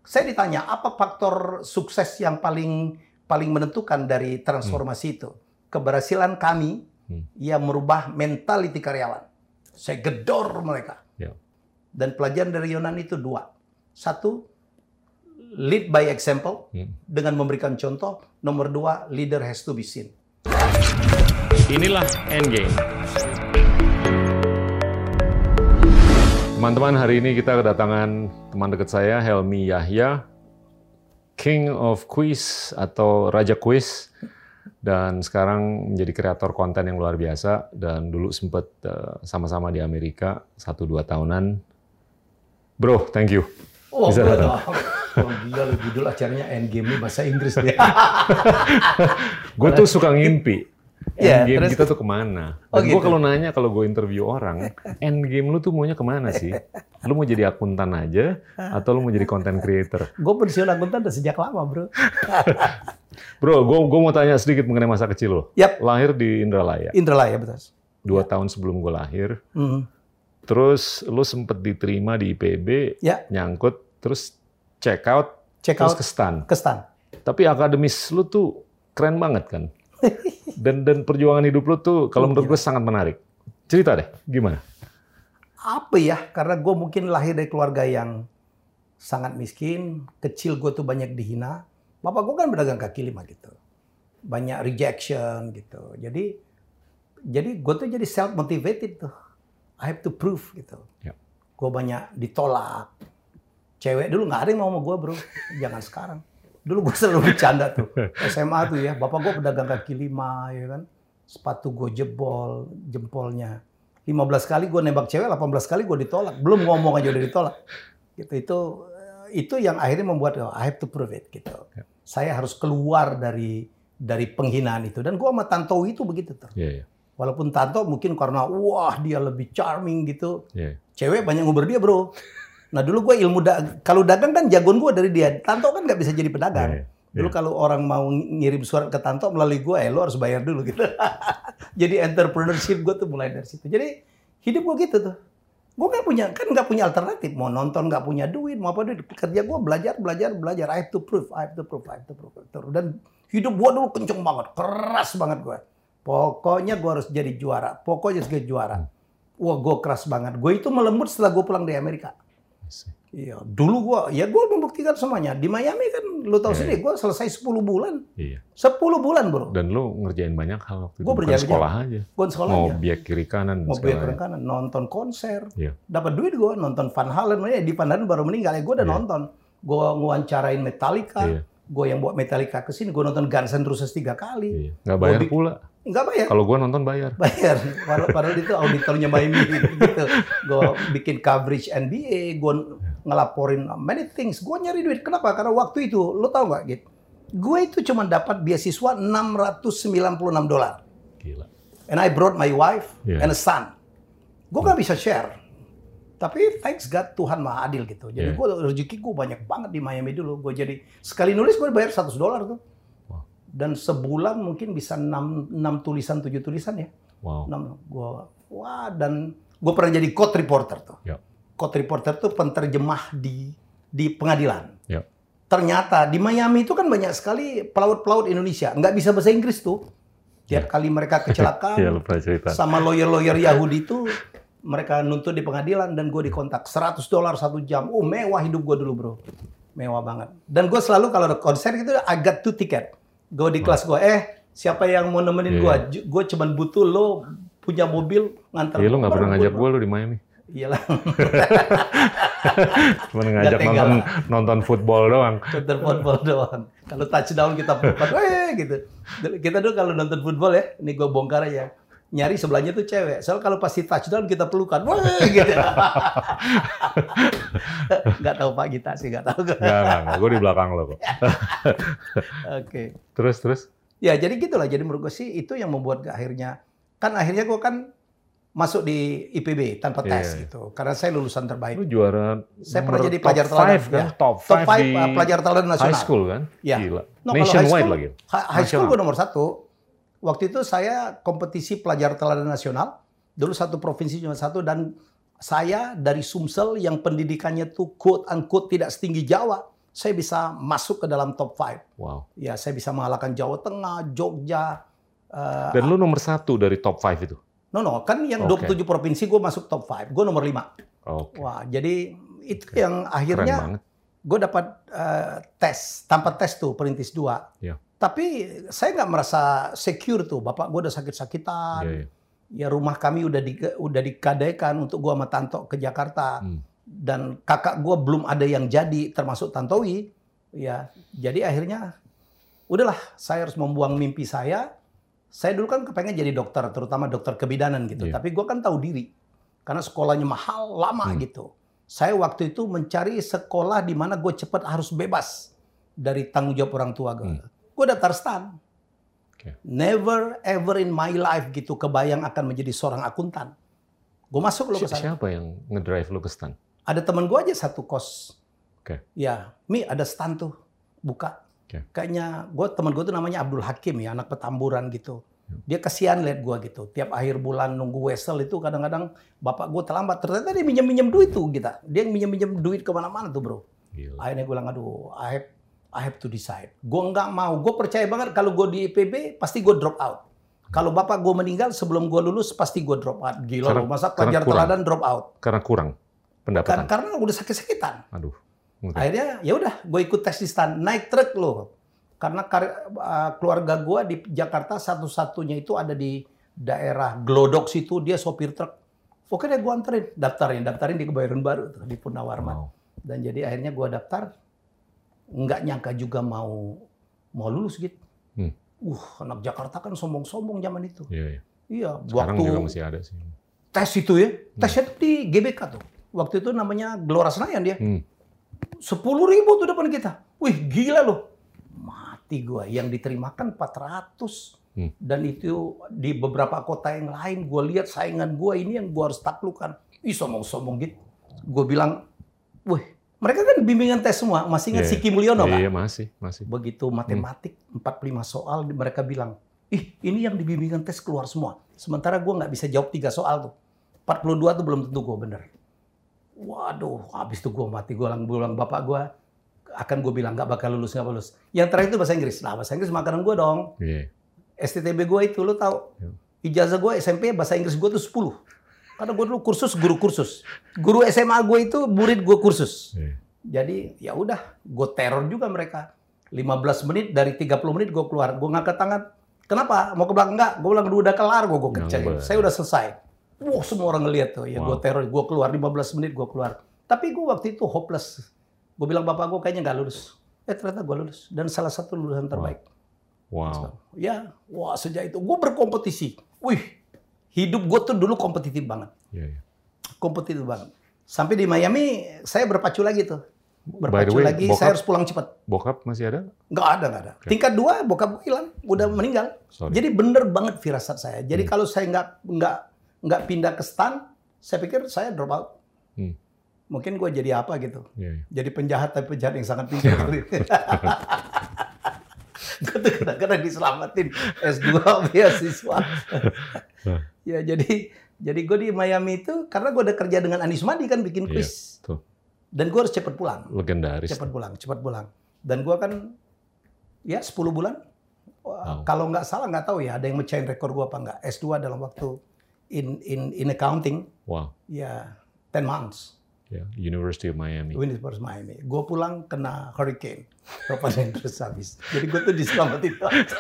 Saya ditanya, apa faktor sukses yang paling menentukan dari transformasi itu? Keberhasilan kami yang merubah mentaliti karyawan. Saya gedor mereka. Dan pelajaran dari Yunani itu 2. 1, lead by example, dengan memberikan contoh. Nomor 2, leader has to be seen. Inilah Endgame. Teman-teman, hari ini kita kedatangan teman dekat saya, Helmy Yahya, King of Quiz atau Raja Quiz, dan sekarang menjadi kreator konten yang luar biasa, dan dulu sempat sama-sama di Amerika 1-2 tahunan. Bro, thank you. Oh, bisa datang. Oh, gila, judul acaranya Endgame ini bahasa Inggris dia. Gue tuh suka ngimpi. Endgame kita tuh kemana? Dan gue gitu. kalau nanya, kalau gue interview orang, endgame lu tuh maunya kemana sih? Lu mau jadi akuntan aja, atau lu mau jadi content creator? Gue pensiun akuntan udah sejak lama, bro. Bro, gue mau tanya sedikit mengenai masa kecil lo. Yap. Lahir di Indralaya. Indralaya, betul. 2 tahun sebelum gue lahir. Terus lu sempet diterima di IPB, nyangkut, terus check out, terus ke STAN. Ke STAN. Tapi akademis lu tuh keren banget kan? Dan perjuangan hidup lu tuh kalau menurut gue sangat menarik. Cerita deh, gimana? Apa ya? Karena gue mungkin lahir dari keluarga yang sangat miskin. Kecil gue tuh banyak dihina. Bapak gue kan pedagang kaki lima gitu. Banyak rejection gitu. Jadi gue tuh jadi self motivated tuh. I have to prove gitu. Gue banyak ditolak. Cewek dulu nggak ada yang mau sama gue, bro. Jangan sekarang. Dulu gue selalu bercanda tuh. SMA tuh ya, bapak gue pedagang kaki lima, ya kan. Sepatu gue jebol, jempolnya. 15 kali gue nembak cewek, 18 kali gue ditolak. Belum ngomong aja udah ditolak. Gitu, itu yang akhirnya membuat, I have to prove it. Gitu. Saya harus keluar dari penghinaan itu. Dan gue sama Tantowi itu begitu tuh. Walaupun Tanto mungkin karena, wah dia lebih charming gitu. Cewek banyak nguber dia, bro. Nah dulu gue kalau dagang kan jagoan gue dari dia. Tanto kan nggak bisa jadi pedagang. Dulu kalau orang mau ngirim surat ke Tanto melalui gue, lo harus bayar dulu gitu. Jadi entrepreneurship gue tuh mulai dari situ. Jadi hidup gue gitu tuh. Gue nggak punya alternatif. Mau nonton nggak punya duit, mau apa duit. Kerja gue belajar. I have to prove. Dan hidup gue dulu kenceng banget, keras banget gue. Pokoknya gue harus jadi juara. Wah gue keras banget. Gue itu melembut setelah gue pulang dari Amerika. Iya, dulu gue membuktikan semuanya. Di Miami kan, lu tahu sendiri, gue selesai 10 bulan. 10 bulan, bro. Dan lu ngerjain banyak hal waktu itu. Gue bukan sekolah aja. Mau biak kiri kanan. Nonton konser. Dapat duit gue, nonton Van Halen. Di Van Halen baru meninggal, gue udah nonton. Gue ngewawancarain Metallica. Gue yang bawa Metallica ke sini. Gue nonton Guns N' Roses 3 kali. Nggak bayar pula. Nggak bayar. Kalau gue nonton bayar. Padahal itu auditornya Miami gitu. Gue bikin coverage NBA, gue ngelaporin many things. Gue nyari duit. Kenapa? Karena waktu itu, lo tau nggak gitu? Gue itu cuma dapat beasiswa $696. Gila. And I brought my wife and a son. Gue nggak bisa share. Tapi thanks God, Tuhan Maha Adil gitu. Jadi rezeki gue banyak banget di Miami dulu. Gue jadi sekali nulis gue bayar $100 tuh. Dan sebulan mungkin bisa 6 tulisan, 7 tulisan ya. Dan gue pernah jadi court reporter tuh. Court reporter tuh penterjemah di pengadilan. Ternyata di Miami itu kan banyak sekali pelaut-pelaut Indonesia. Nggak bisa bahasa Inggris tuh. Tiap kali mereka kecelakaan sama lawyer-lawyer Yahudi itu, mereka nuntut di pengadilan dan gue dikontak. $100 1 jam. Mewah hidup gue dulu, bro. Mewah banget. Dan gue selalu kalau ada konser gitu, I got 2 tiket. Gue di kelas gue, siapa yang mau nemenin gue? Gue cuma butuh lo punya mobil nganter. Lo nggak pernah ngajak gue lo di Miami? Iyalah. Cuma ngajak nonton football doang. Nonton football doang. Kalau touchdown kita pelukan, gitu. Kita dulu kalau nonton football ya, ini gue bongkar aja. Nyari sebelahnya tuh cewek. Soalnya kalau pasti touchdown kita pelukan, gitu. Nggak tahu Pak Gita sih, nggak tahu. Nggak. Gue di belakang lo kok. Oke. Terus? Ya jadi gitulah. Jadi menurut gue sih itu yang membuat akhirnya gue kan masuk di IPB tanpa tes gitu. Karena saya lulusan terbaik. Lu juara. Saya pernah jadi pelajar teladan. Kan? Top 5 di pelajar teladan nasional. High school kan? Ya. Gila. Nationwide lagi. High school gue nomor 1. Waktu itu saya kompetisi pelajar teladan nasional. Dulu satu provinsi cuma 1 dan saya dari Sumsel yang pendidikannya tuh quote unquote tidak setinggi Jawa. saya bisa masuk ke dalam top 5. Wow. Ya, saya bisa mengalahkan Jawa Tengah, Jogja. Dan lu nomor 1 dari top 5 itu? No, kan yang 27 provinsi gue masuk top 5. Gue nomor 5. Wah, jadi itu yang akhirnya gue dapat tes, tanpa tes tuh, perintis 2. Yeah. Tapi saya nggak merasa secure tuh. Bapak gue udah sakit-sakitan. Yeah. Ya rumah kami udah digadaikan untuk gue sama Tanto ke Jakarta. Dan kakak gue belum ada yang jadi, termasuk Tantowi. Ya, jadi akhirnya udahlah, saya harus membuang mimpi saya. Saya dulu kan kepengen jadi dokter, terutama dokter kebidanan gitu. Yeah. Tapi gue kan tahu diri, karena sekolahnya mahal, lama gitu. Saya waktu itu mencari sekolah di mana gue cepat harus bebas dari tanggung jawab orang tua gue. Gue daftar STAN. Never ever in my life gitu kebayang akan menjadi seorang akuntan. Gue masuk loh ke sana. Siapa yang ngedrive lo ke STAN? Ada teman gue aja satu kos. Ya, Mi ada STAN tuh, buka. Kayaknya teman gue tuh namanya Abdul Hakim ya, anak Petamburan gitu. Dia kasihan lihat gue gitu. Tiap akhir bulan nunggu wesel itu kadang-kadang bapak gue terlambat. Ternyata dia minjem duit tuh kita. Dia minjem duit kemana-mana tuh bro. Gila. Akhirnya gue bilang, aduh, I have to decide. Gue nggak mau. Gue percaya banget kalau gue di IPB pasti gue drop out. Kalau bapak gue meninggal sebelum gue lulus pasti gue drop out. Gila loh, masa pelajar teladan drop out? Karena kurang pendapatan. Karena udah sakit-sakitan. Aduh. Akhirnya ya udah, gue ikut tes di STAN, naik truk loh. Karena keluarga gue di Jakarta satu-satunya itu ada di daerah Glodok situ, dia sopir truk. Oke deh, gue anterin, daftarin di Kebayoran Baru tuh, di Purnawarman. Dan jadi akhirnya gue daftar, nggak nyangka juga mau lulus gitu. Anak Jakarta kan sombong-sombong zaman itu. Iya. Sekarang juga masih ada sih. Tes itu ya, tesnya tuh di GBK tuh. Waktu itu namanya Gelora Senayan dia. 10.000 tuh depan kita. Wih, gila loh. Mati gua. Yang diterimakan 400. Dan itu di beberapa kota yang lain, gua lihat saingan gua ini yang gua harus taklukkan. Ih, sombong-sombong gitu. Gua bilang, wih, mereka kan bimbingan tes semua. Masih ingat Siki Mulyono kan? Iya, masih. Begitu matematik, 45 soal, mereka bilang, ih, ini yang dibimbingan tes keluar semua. Sementara gua nggak bisa jawab 3 soal tuh. 42 tuh belum tentu gua bener. Waduh, habis itu gue mati. Gue bilang bapak gue, akan gue bilang nggak bakal lulus. Yang terakhir itu bahasa Inggris. Nah, bahasa Inggris makanan gue dong. STTB gue itu, lo tau. Ijazah gue SMP bahasa Inggris gue tuh 10. Karena gue dulu guru kursus. Guru SMA gue itu murid gue kursus. Jadi ya udah, gue teror juga mereka. 15 menit dari 30 menit gue keluar. Gue ngangkat tangan. Kenapa? Mau ke belakang? Enggak. Gue bilang udah kelar, gue kecain. Saya udah selesai. Wah, semua orang ngeliat tuh. Ya gue teror, gue keluar 15 menit gue keluar. Tapi gue waktu itu hopeless. Gue bilang bapak gue kayaknya nggak lulus. Ternyata gue lulus dan salah satu lulusan terbaik. Ya, wah sejak itu gue berkompetisi. Wih, hidup gue tuh dulu kompetitif banget. Kompetitif banget. Sampai di Miami saya berpacu lagi tuh. Berpacu lagi, saya harus pulang cepat. Bokap masih ada? Nggak ada. Tingkat 2 bokap gue hilang, udah meninggal. Jadi bener banget firasat saya. Jadi kalau saya nggak pindah ke STAN, saya pikir saya drop out. Mungkin gue jadi apa gitu. Jadi penjahat, tapi penjahat yang sangat pintar. Gue tuh kadang-kadang diselamatin S2 beasiswa. Ya jadi gue di Miami itu karena gue udah kerja dengan Anies Madi kan bikin kuis. Dan gue harus cepat pulang. Legendaris. Cepat pulang. Dan gue kan ya 10 bulan. Kalau nggak salah nggak tahu ya ada yang mecahin rekor gue apa nggak. S2 dalam waktu in accounting. Ya 10 months. University of Miami. Gue pulang kena hurricane. Topan terus habis. Jadi gue tuh diselamatin.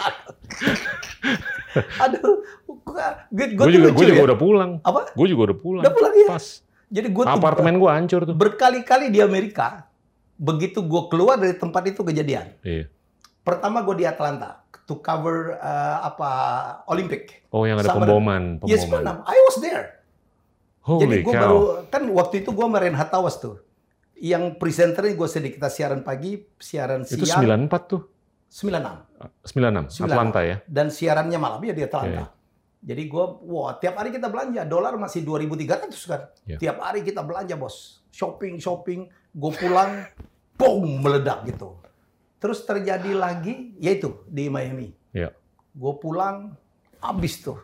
Aduh, gue juga udah pulang. Apa? Gue juga udah pulang. Udah pulang ya. Pas. Jadi gue apartemen gue hancur tuh. Berkali-kali di Amerika. Begitu gue keluar dari tempat itu kejadian. Pertama gue di Atlanta to cover Olympic. Oh, yang ada pemboman. Yes, I was there. Jadi gue baru, kan waktu itu gue sama Renhat Tawas tuh. Yang presenternya gue sedikit siaran pagi, siaran siang. Itu 94 tuh? 96. Atlanta ya? Dan siarannya malam ya di Atlanta. Jadi gue, tiap hari kita belanja. Dolar masih 2.300 kan. Tiap hari kita belanja bos. Shopping. Gue pulang, boom, meledak gitu. Terus terjadi lagi, yaitu di Miami. Gue pulang, habis tuh.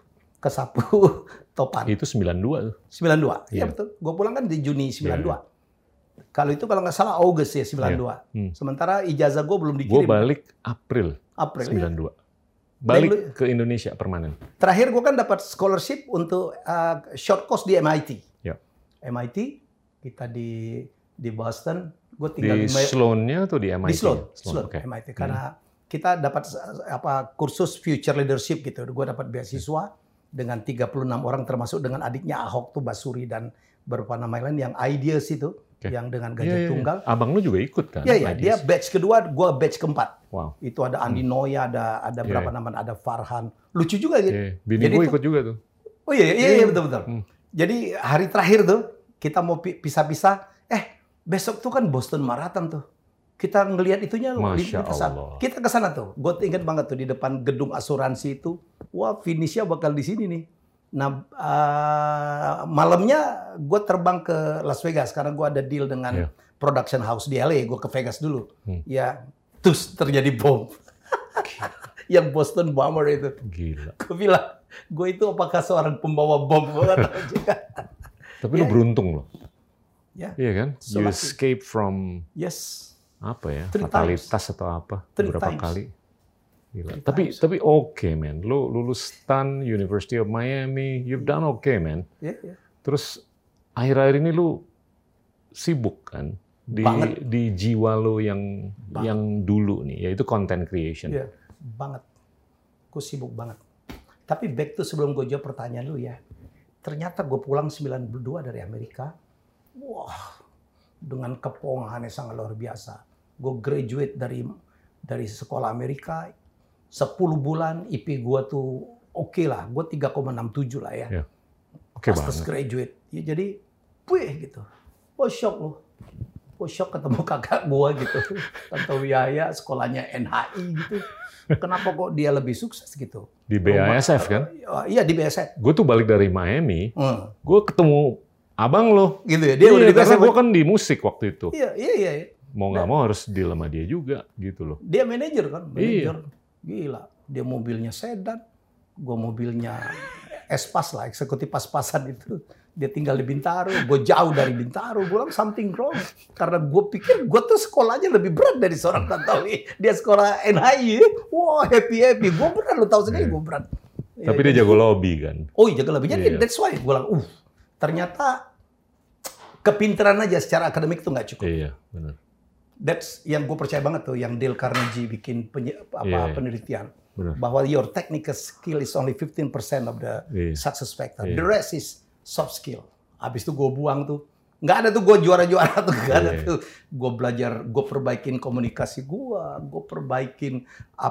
Kesapu Topan. Itu 92 tuh? 92, ya betul. Gue pulang kan di Juni 92. Kalau itu kalau nggak salah August ya 92. Sementara ijazah gue belum dikirim. Gue balik April 92. Balik ke Indonesia permanen. Terakhir gue kan dapat scholarship untuk short course di MIT. Ya. MIT, kita di Boston. Gue tinggal di Sloan-nya atau di MIT? Di Sloan, Okay. MIT. Karena kita dapat kursus future leadership gitu. Gue dapat beasiswa dengan 36 orang termasuk dengan adiknya Ahok tuh Basuri dan beberapa nama lain yang Ideas itu. Yang dengan gaji tunggal. Abang lu juga ikut kan? Iya, dia batch kedua, gue batch keempat. Wow. Itu ada Andi Noya, ada berapa nama, ada Farhan. Lucu juga gitu. Bini gue ikut juga tuh. Oh iya, betul. Jadi hari terakhir tuh, kita mau pisah-pisah, besok tuh kan Boston Marathon tuh. Kita ngelihat itunya, Masya Allah. Kita ke sana tuh. Gue ingat banget tuh, di depan gedung asuransi itu. Wah, finishnya bakal di sini nih. Nah, malamnya gue terbang ke Las Vegas karena gue ada deal dengan production house di LA. Gue ke Vegas dulu. Ya, terus terjadi bom. Yang Boston Bomber itu. Gila. Gue bilang, gue itu apakah seorang pembawa bom? Tapi lu beruntung loh. Ya. Iya kan? You escape from apa ya? Fatalitas atau apa? Beberapa kali. Gila. Tapi oke, man. Lu lulus STAN, University of Miami, you've done okay, man. Terus akhir-akhir ini lu sibuk kan di jiwa lu yang dulu nih, yaitu content creation. Iya, banget. Gue sibuk banget. Tapi back to sebelum gue jawab pertanyaan lu ya. Ternyata gue pulang 92 dari Amerika. Wah, dengan kepongahan yang sangat luar biasa. Gue graduate dari sekolah Amerika. 10 bulan IP gue tuh oke lah. Gue 3,67 lah ya. Oke banget. Pas graduate. Ya, jadi, gitu. Gue shock loh. Gue shock ketemu kakak gue gitu. Tante Wiyaya sekolahnya NHI gitu. Kenapa kok dia lebih sukses gitu? Di BASF kan? Iya, di BASF. Gue tuh balik dari Miami. Gue ketemu abang lo. Gitu ya? Dia udah di BASF. Gue kan di musik waktu itu. Iya. Mau nggak mau harus deal sama dia juga gitu loh. Dia manajer kan? Manajer. Gila. Dia mobilnya sedan. Gue mobilnya Espas lah, eksekutif pas-pasan itu. Dia tinggal di Bintaro. Gue jauh dari Bintaro. Gue bilang something wrong. Karena gue pikir gue tuh sekolahnya lebih berat dari seorang Tantowi. Dia sekolah NHI. Wah, happy. Gue berat, lo tahu sendiri gue berat. Tapi dia jago lobby kan? Oh iya, jago lobby. Jadi that's why gue bilang, ternyata kepintaran aja secara akademik tuh nggak cukup. Iya, benar. That's yang gue percaya banget tuh, yang Dale Carnegie bikin penelitian. Benar. Bahwa your technical skill is only 15% of the success factor. The rest is soft skill. Habis itu gue buang tuh. Nggak ada tuh gue juara-juara tuh. Nggak ada tuh. Gue belajar, gue perbaikin komunikasi gue perbaikin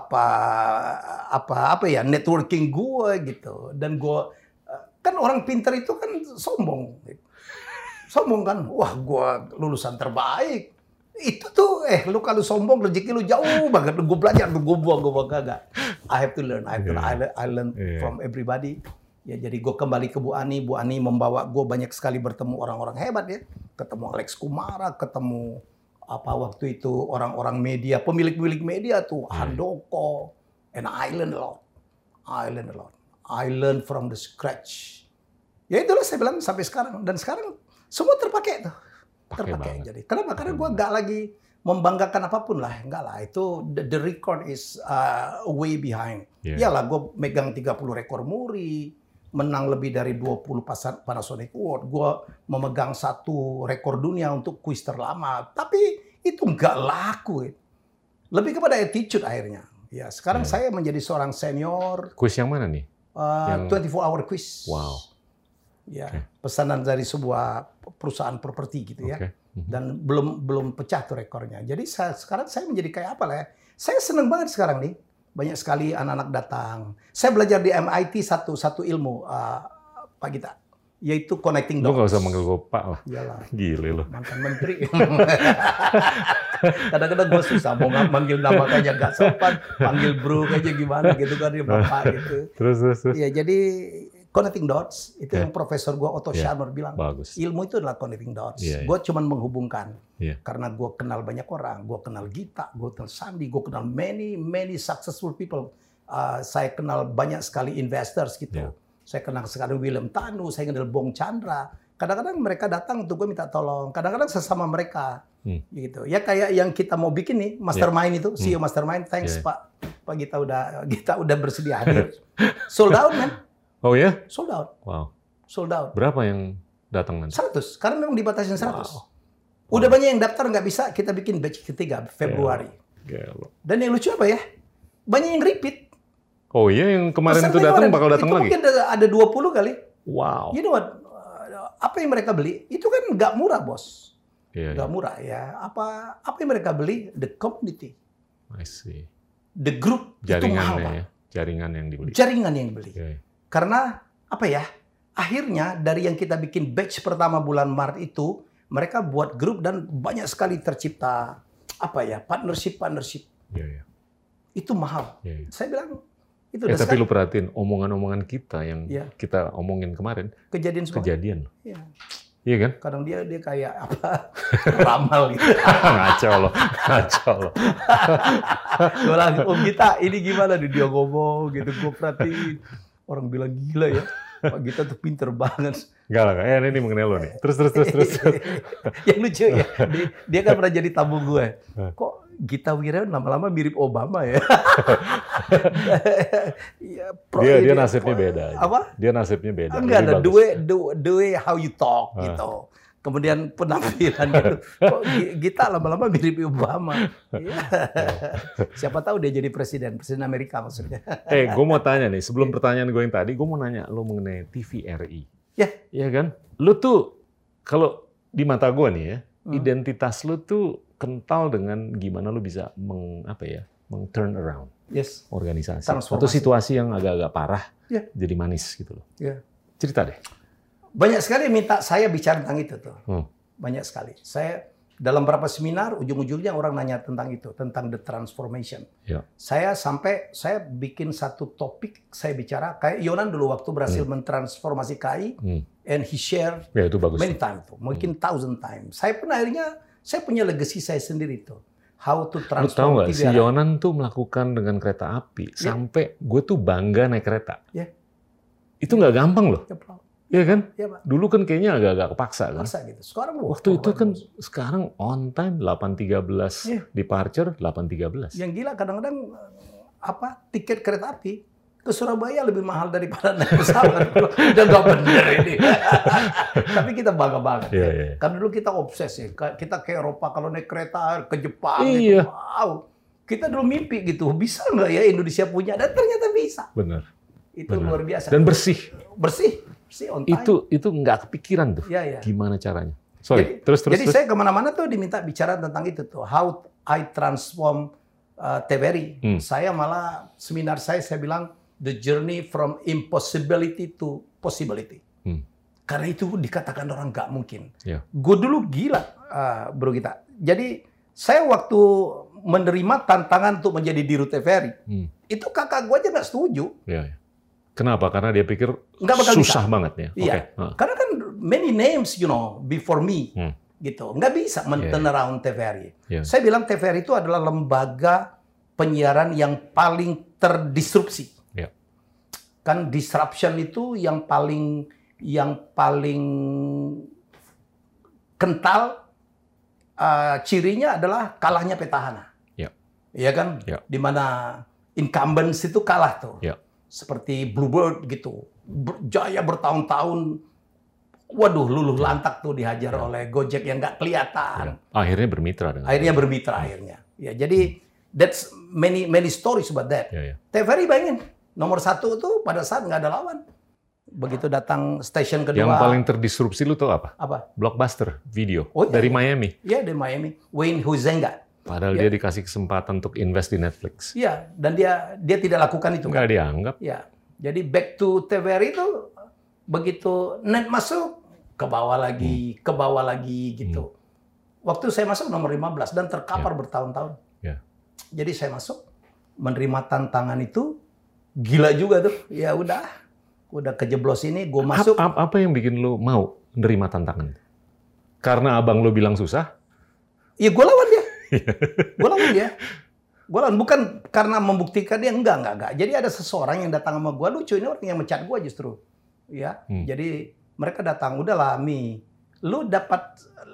apa ya, networking gue gitu. Dan gue, kan orang pintar itu kan sombong. Sombong kan, wah gue lulusan terbaik. Itu tuh, lu kalau sombong rezeki lu jauh banget. Gue belajar, gue buang kagak. I have to learn. I learn from everybody. Ya, jadi gue kembali ke Bu Ani. Bu Ani membawa gue banyak sekali bertemu orang-orang hebat ya. Ketemu Alex Kumara, ketemu waktu itu orang-orang media, pemilik-pemilik media tuh, Handoko, and I learn a lot. I learn from the scratch. Ya itulah saya bilang sampai sekarang. Dan sekarang semua terpakai tuh. Terpakai. Jadi kenapa? Karena gue nggak lagi membanggakan apapun lah, enggak lah. Itu the record is way behind. Iyalah, gue megang 30 rekor muri, menang lebih dari 20 Panasonic Award. Gue memegang 1 rekor dunia untuk kuis terlama. Tapi itu nggak laku. Lebih kepada attitude akhirnya. Ya, sekarang saya menjadi seorang senior. Kuis yang mana nih? 24 hour quiz. Wow. Ya, pesanan dari sebuah perusahaan properti gitu ya. Dan belum pecah tuh rekornya. Jadi sekarang saya menjadi kayak apa lah ya. Saya seneng banget sekarang nih. Banyak sekali anak-anak datang. Saya belajar di MIT satu ilmu, Pak Gita. Yaitu connecting dots. Lu nggak usah manggil gue Pak lah. Iyalah. Gile lo. Mantan menteri. Kadang-kadang gue susah mau manggil nama aja nggak sopan. Panggil bro aja gimana gitu kan, dia Bapak gitu. Terus. Ya, jadi connecting dots, itu yang profesor gue Otto Scharmer bilang. Bagus. Ilmu itu adalah connecting dots. Gue cuma menghubungkan. Karena gue kenal banyak orang. Gue kenal Gita, gue kenal Sandi, gue kenal many successful people. Saya kenal banyak sekali investors gitu. Saya kenal sekali William Tanu, saya kenal Bong Chandra. Kadang-kadang mereka datang untuk gue minta tolong. Kadang-kadang sesama mereka. Gitu. Ya kayak yang kita mau bikin nih, Mastermind itu, CEO Mastermind. Thanks Pak Gita udah bersedia hadir. Sold out, man. Oh ya? Sold out. Wow. Sold out. Berapa yang datang nanti? 100. Karena memang dibatasin 100. Wow. Udah banyak yang daftar nggak bisa, kita bikin batch ketiga Februari. Dan yang lucu apa ya? Banyak yang repeat. Oh iya, yang kemarin itu datang bakal datang lagi? Mungkin ada 20 kali. Wow. You know what? Apa yang mereka beli? Itu kan nggak murah, bos. Nggak murah ya. Apa yang mereka beli? The community. I see. The group. Jaringannya ya? Jaringan yang dibeli. Jaringan yang beli. Karena apa ya? Akhirnya dari yang kita bikin batch pertama bulan Maret itu, mereka buat grup dan banyak sekali tercipta apa ya? Partnership. Itu mahal. Saya bilang itu tapi lu perhatiin omongan-omongan kita yang kita omongin kemarin. Kejadian semua. Kejadian. Iya kan? Kadang dia kayak apa? Ramal gitu. Ngaco loh. Gue bilang, Om Gita, ini gimana nih dia ngomong gitu. Gue perhatiin. Orang bilang gila ya. Pak Gita tuh pinter banget. Enggak lah, ini mengenai lo nih. Terus. Yang lucu ya, dia kan pernah jadi tamu gue. Kok Gita Wirjawan lama-lama mirip Obama ya? Dia nasibnya beda. Apa? Dia nasibnya beda. Enggak ada, the way how you talk gitu. Kemudian penampilan gitu. Kok Gita lama-lama mirip Obama? Siapa tahu dia jadi presiden Amerika maksudnya. Gue mau tanya nih, sebelum pertanyaan gue yang tadi, gue mau nanya lo mengenai TVRI. Iya kan? Lo tuh, kalau di mata gue nih ya, identitas lo tuh kental dengan gimana lo bisa turn around organisasi. Atau situasi yang agak-agak parah, jadi manis gitu loh. Cerita deh. Banyak sekali minta saya bicara tentang itu tuh. Banyak sekali. Saya dalam beberapa seminar ujung-ujungnya orang nanya tentang itu, tentang the transformation. Saya bikin satu topik, saya bicara kayak Yonan dulu waktu berhasil mentransformasi KAI, and he share itu bagus many times tuh, mungkin 1,000 times. Saya pun akhirnya saya punya legacy saya sendiri tuh. How to transform. Lu tahu nggak, si Yonan tuh melakukan dengan kereta api sampai gue tuh bangga naik kereta. Itu nggak gampang loh. Iya kan? Dulu kan kayaknya agak-agak kepaksa kan? Gitu. Sekarang waktu itu kan sekarang on time 8.13 departure 8.13. Yang gila kadang-kadang tiket kereta api ke Surabaya lebih mahal daripada naik pesawat. Udah nggak bener ini. Tapi kita bangga banget. Karena dulu kita obses ya. Kita ke Eropa kalau naik kereta ke Jepang. Gitu. Wow. Kita dulu mimpi gitu. Bisa nggak ya Indonesia punya? Dan ternyata bisa. Benar. Itu luar biasa. Dan bersih. Itu nggak kepikiran tuh. Gimana caranya? Sorry. Jadi saya kemana-mana tuh diminta bicara tentang itu tuh. How I transform TVRI. Saya malah seminar saya bilang the journey from impossibility to possibility. Karena itu dikatakan orang nggak mungkin. Gue dulu gila, Bro Gita. Jadi saya waktu menerima tantangan untuk menjadi dirut TVRI, itu kakak gue aja nggak setuju. Kenapa? Karena dia pikir susah banget ya. Karena kan many names, before me, gitu. Nggak bisa turn around TVRI. Saya bilang TVRI itu adalah lembaga penyiaran yang paling terdisrupsi. Kan disruption itu yang paling kental, cirinya adalah kalahnya petahana. Iya kan? Di mana incumbents itu kalah tuh. Seperti Bluebird gitu, jaya bertahun-tahun, waduh luluh lantak tuh dihajar oleh Gojek yang nggak kelihatan. Akhirnya bermitra dengan. Akhirnya. Ya, jadi that's many stories about that. TVRI bayangin, nomor 1 tuh pada saat nggak ada lawan. Begitu datang stasiun kedua. Yang paling terdisrupsi lu tau apa? Apa? Blockbuster video dari Miami. Iya, dari Miami. Wayne Huizenga. Padahal dia dikasih kesempatan untuk invest di Netflix. Iya, dan dia tidak lakukan itu. Nggak dianggap. Ya, jadi back to TVRI itu begitu net masuk ke bawah lagi gitu. Waktu saya masuk nomor 15 dan terkapar bertahun-tahun. Jadi saya masuk menerima tantangan itu gila juga tuh. Ya udah kejeblos ini gue masuk. Apa yang bikin lu mau menerima tantangan? Karena abang lu bilang susah? Iya, gue lawan dia. Gue lawan bukan karena membuktikan dia, enggak. Jadi ada seseorang yang datang sama gue, lucu ini orang yang mencat gue justru. Ya, jadi Mereka datang, udahlah Mi, lu dapat,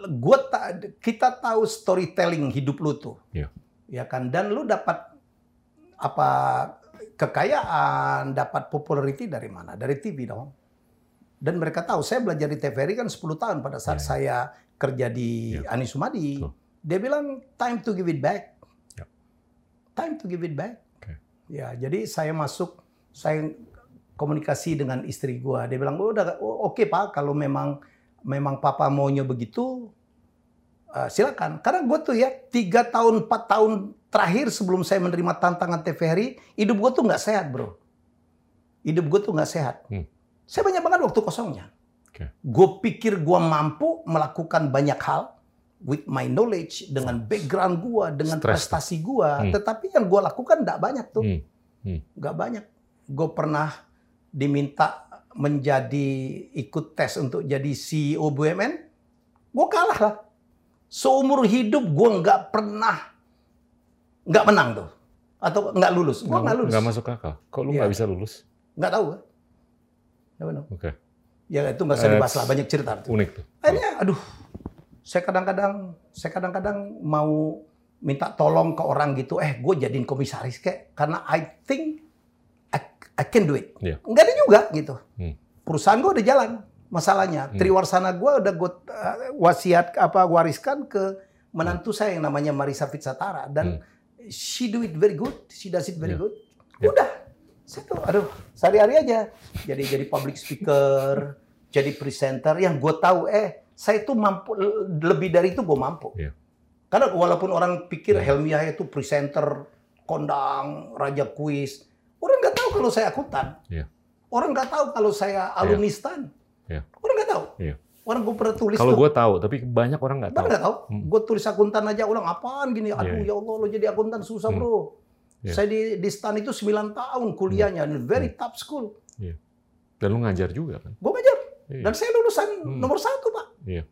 kita tahu storytelling hidup lu tuh, ya kan? Dan lu dapat apa kekayaan, dapat popularity dari mana? Dari TV dong. Dan mereka tahu, saya belajar di TVRI kan 10 tahun pada saat saya kerja di Ani Sumadi. Dia bilang, time to give it back. Time to give it back. Ya, jadi saya masuk, saya komunikasi dengan istri gua. Dia bilang, oke Pak, kalau memang Papa maunya begitu, silakan. Karena gue tuh ya 3 tahun, 4 tahun terakhir sebelum saya menerima tantangan TVRI, hidup gue tuh nggak sehat, bro. Hidup gue tuh nggak sehat. Saya banyak banget waktu kosongnya. Gue pikir gue mampu melakukan banyak hal with my knowledge, dengan background gue, dengan prestasi gue. Tetapi yang gue lakukan nggak banyak tuh. Nggak banyak. Gue pernah diminta menjadi ikut tes untuk jadi CEO BUMN. Gue kalah lah. Seumur hidup gue nggak pernah nggak menang tuh. Atau nggak lulus. Gue nggak lulus. Nggak masuk akal. Kok lu nggak bisa lulus? Nggak tahu kan. Oke. Ya itu nggak usah dibahas lah, banyak cerita. Unik tuh. Akhirnya, aduh, saya kadang-kadang mau minta tolong ke orang gitu, gue jadiin komisaris kayak, karena I think I can do it. Nggak ada juga gitu. Perusahaan gue udah jalan, masalahnya Triwarsana gue udah gue wariskan ke menantu saya yang namanya Marisa Fitsatara, dan she do it very good, she does it very good. Udah. Saya tuh, sehari-hari aja. Jadi public speaker, jadi presenter. Yang gue tahu, saya tuh mampu, lebih dari itu gue mampu. Karena walaupun orang pikir Helmi Yahya itu presenter, kondang, raja kuis. Orang nggak tahu kalau saya akuntan. Orang nggak tahu kalau saya alumni STAN. Orang nggak tahu. Orang gue pernah tulis. Kalau gue tahu, tapi banyak orang nggak tahu. Nggak tahu. Gue tulis akuntan aja, ulang apaan gini. Aduh ya Allah, lo jadi akuntan susah bro. Saya di STAN itu 9 tahun kuliahnya, very top school. Dan lu ngajar juga kan? Gue ngajar. Dan saya lulusan nomor 1 Pak.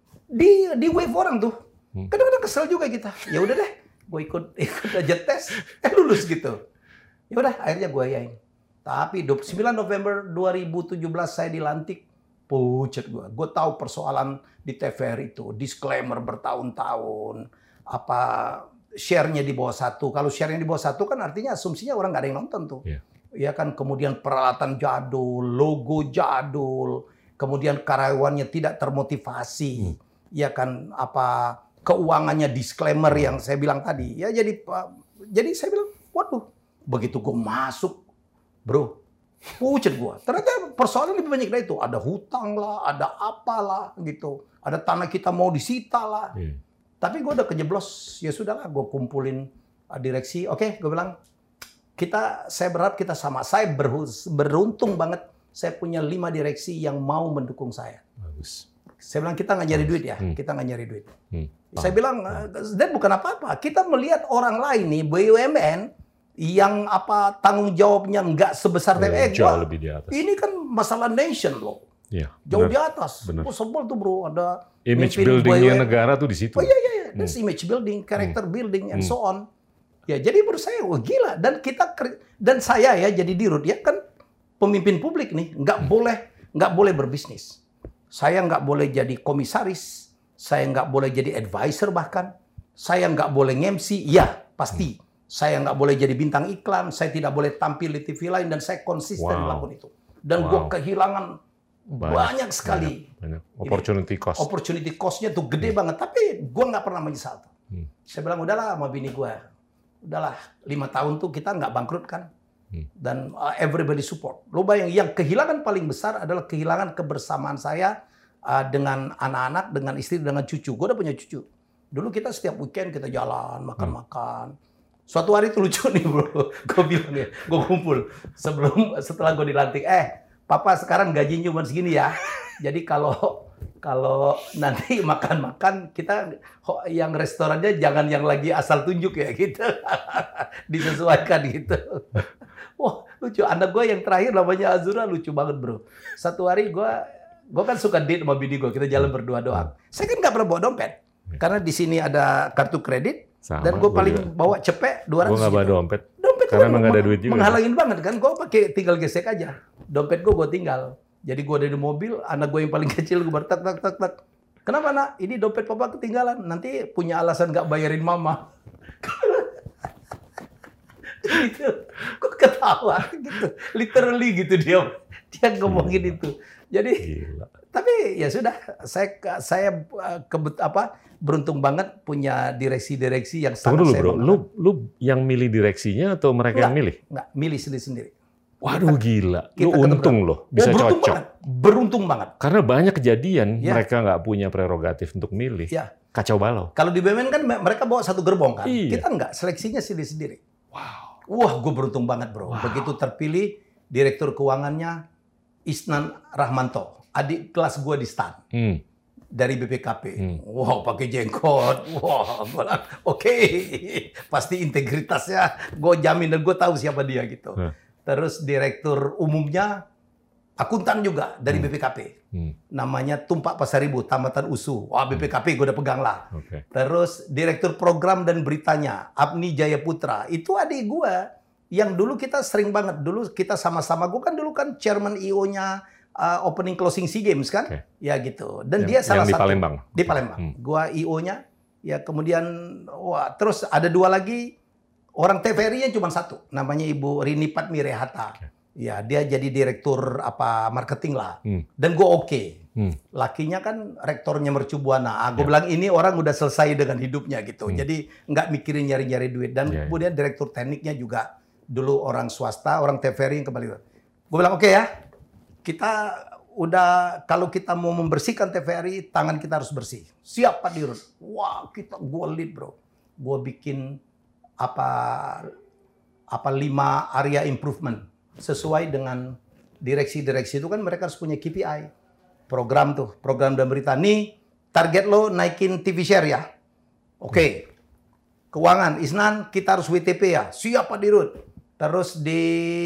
Di wave orang tuh. Kadang-kadang kesel juga kita. Ya udah deh, gue ikut aja tes, lulus gitu. Ya udah, akhirnya gue yain. Tapi 9 November 2017 saya dilantik, pucet gue. Gue tahu persoalan di TVRI itu, disclaimer bertahun-tahun, apa share-nya di bawah 1. Kalau share-nya di bawah 1 kan artinya asumsinya orang nggak ada yang nonton tuh. Ya kan, kemudian peralatan jadul, logo jadul, kemudian karyawannya tidak termotivasi. Ya kan, apa keuangannya disclaimer yang saya bilang tadi. Ya jadi saya bilang, waduh, begitu gue masuk, bro, pucet gue. Ternyata persoalan lebih banyak dari itu. Ada hutang lah, ada apalah gitu. Ada tanah kita mau disita lah. Tapi gue udah kejeblos, ya sudahlah, gue kumpulin direksi. Oke, gue bilang, saya berharap kita sama. Saya beruntung banget, saya punya 5 direksi yang mau mendukung saya. Bagus. Saya bilang, kita nggak nyari duit ya, kita nggak nyari duit. Saya bilang, dan bukan apa-apa, kita melihat orang lain nih, BUMN, yang apa tanggung jawabnya nggak sebesar TVRI. Jauh lebih di atas. Ini kan masalah nation loh. Jauh di atas. Gue sebel tuh bro, ada image building-nya negara tuh di situ. Oh iya. That's image building, character building, and so on. Ya, jadi menurut saya, wah gila. Dan saya ya jadi dirut, ya kan pemimpin publik nih, nggak boleh berbisnis. Saya nggak boleh jadi komisaris, saya nggak boleh jadi advisor bahkan, saya nggak boleh nge-MC, ya pasti. Saya nggak boleh jadi bintang iklan, saya tidak boleh tampil di TV lain, dan saya konsisten melakukan itu. Dan gue kehilangan banyak sekali. Banyak. Opportunity cost. Opportunity cost-nya tuh gede banget. Tapi gue nggak pernah menyesal. Saya bilang, udahlah sama bini gue. Udahlah, 5 tahun tuh kita nggak bangkrut kan. Dan everybody support. Lo bayang, yang kehilangan paling besar adalah kehilangan kebersamaan saya dengan anak-anak, dengan istri, dengan cucu. Gue udah punya cucu. Dulu kita setiap weekend kita jalan, makan-makan. Suatu hari itu lucu nih bro. Gue bilang ya, gue kumpul. Setelah gue dilantik, Papa sekarang gajinya cuma segini ya. Jadi kalau nanti makan-makan kita yang restorannya jangan yang lagi asal tunjuk ya gitu. Disesuaikan gitu. Wah, lucu. Anak gue yang terakhir namanya Azura, lucu banget bro. Satu hari gue kan suka date sama bini gue, kita jalan berdua doang. Saya kan nggak pernah bawa dompet. Karena di sini ada kartu kredit. Sama, dan gue paling bawa cepet 200. Gue nggak bawa gitu. dompet. Karena emang nggak ada duit juga. Menghalangin banget kan. Gue tinggal gesek aja. Dompet gue tinggal. Jadi gue ada di mobil, anak gue yang paling kecil gue baru tak. Kenapa nak? Ini dompet papa ketinggalan. Nanti punya alasan nggak bayarin mama. Gitu. Gue ketawa gitu. Literally gitu dia ngomongin itu. Jadi Gila. tapi ya sudah, saya beruntung banget punya direksi-direksi yang Tunggu sangat dulu saya bro, banggakan. lu yang milih direksinya atau mereka yang milih? Nggak, milih sendiri-sendiri. Waduh gila, lu kita untung loh bisa beruntung cocok. banget. Beruntung banget. Karena banyak kejadian Ya. mereka nggak punya prerogatif untuk milih. Ya. Kacau balau. Kalau di BUMN kan mereka bawa satu gerbong kan. Iya. Kita nggak, seleksinya sendiri-sendiri. Wow. Wah, gue beruntung banget bro. Wow. Begitu terpilih, direktur keuangannya Isnan Rahmanto, adik kelas gue di STAN. Dari BPKP. Wow, pakai jenggot. Wah, oke. Pasti integritasnya gue jamin dan gue tahu siapa dia gitu. Terus direktur umumnya akuntan juga dari BPKP. Namanya Tumpak Pasaribu, Tamatan USU. Wah, BPKP gue udah pegang lah. Okay. Terus direktur program dan beritanya Abni Jayaputra. Itu adik gue yang dulu kita sering banget. Dulu kita sama-sama. Gue kan dulu kan chairman IO-nya opening closing SEA Games kan, ya gitu. Dan dia salah di satu Palembang. di Palembang. Gua IO-nya, ya kemudian wah terus ada dua lagi orang TVRI-nya cuma satu, namanya Ibu Rini Patmi Rehata. Ya dia jadi direktur marketing lah. Dan gua oke. Lakinya kan rektornya Mercu Buana. Gue bilang ini orang udah selesai dengan hidupnya gitu. Jadi nggak mikirin nyari-nyari duit. Dan kemudian direktur tekniknya juga dulu orang swasta, orang TVRI yang kembali. Gue bilang oke ya. Kita udah, kalau kita mau membersihkan TVRI, tangan kita harus bersih. Siap Pak Dirut. Wah, gue lead bro. Gue bikin 5 area improvement. Sesuai dengan direksi-direksi itu kan mereka harus punya KPI. Program dan berita. Nih, target lo naikin TV share ya. Oke. Keuangan, Isnan, kita harus WTP ya. Siap Pak Dirut. Terus di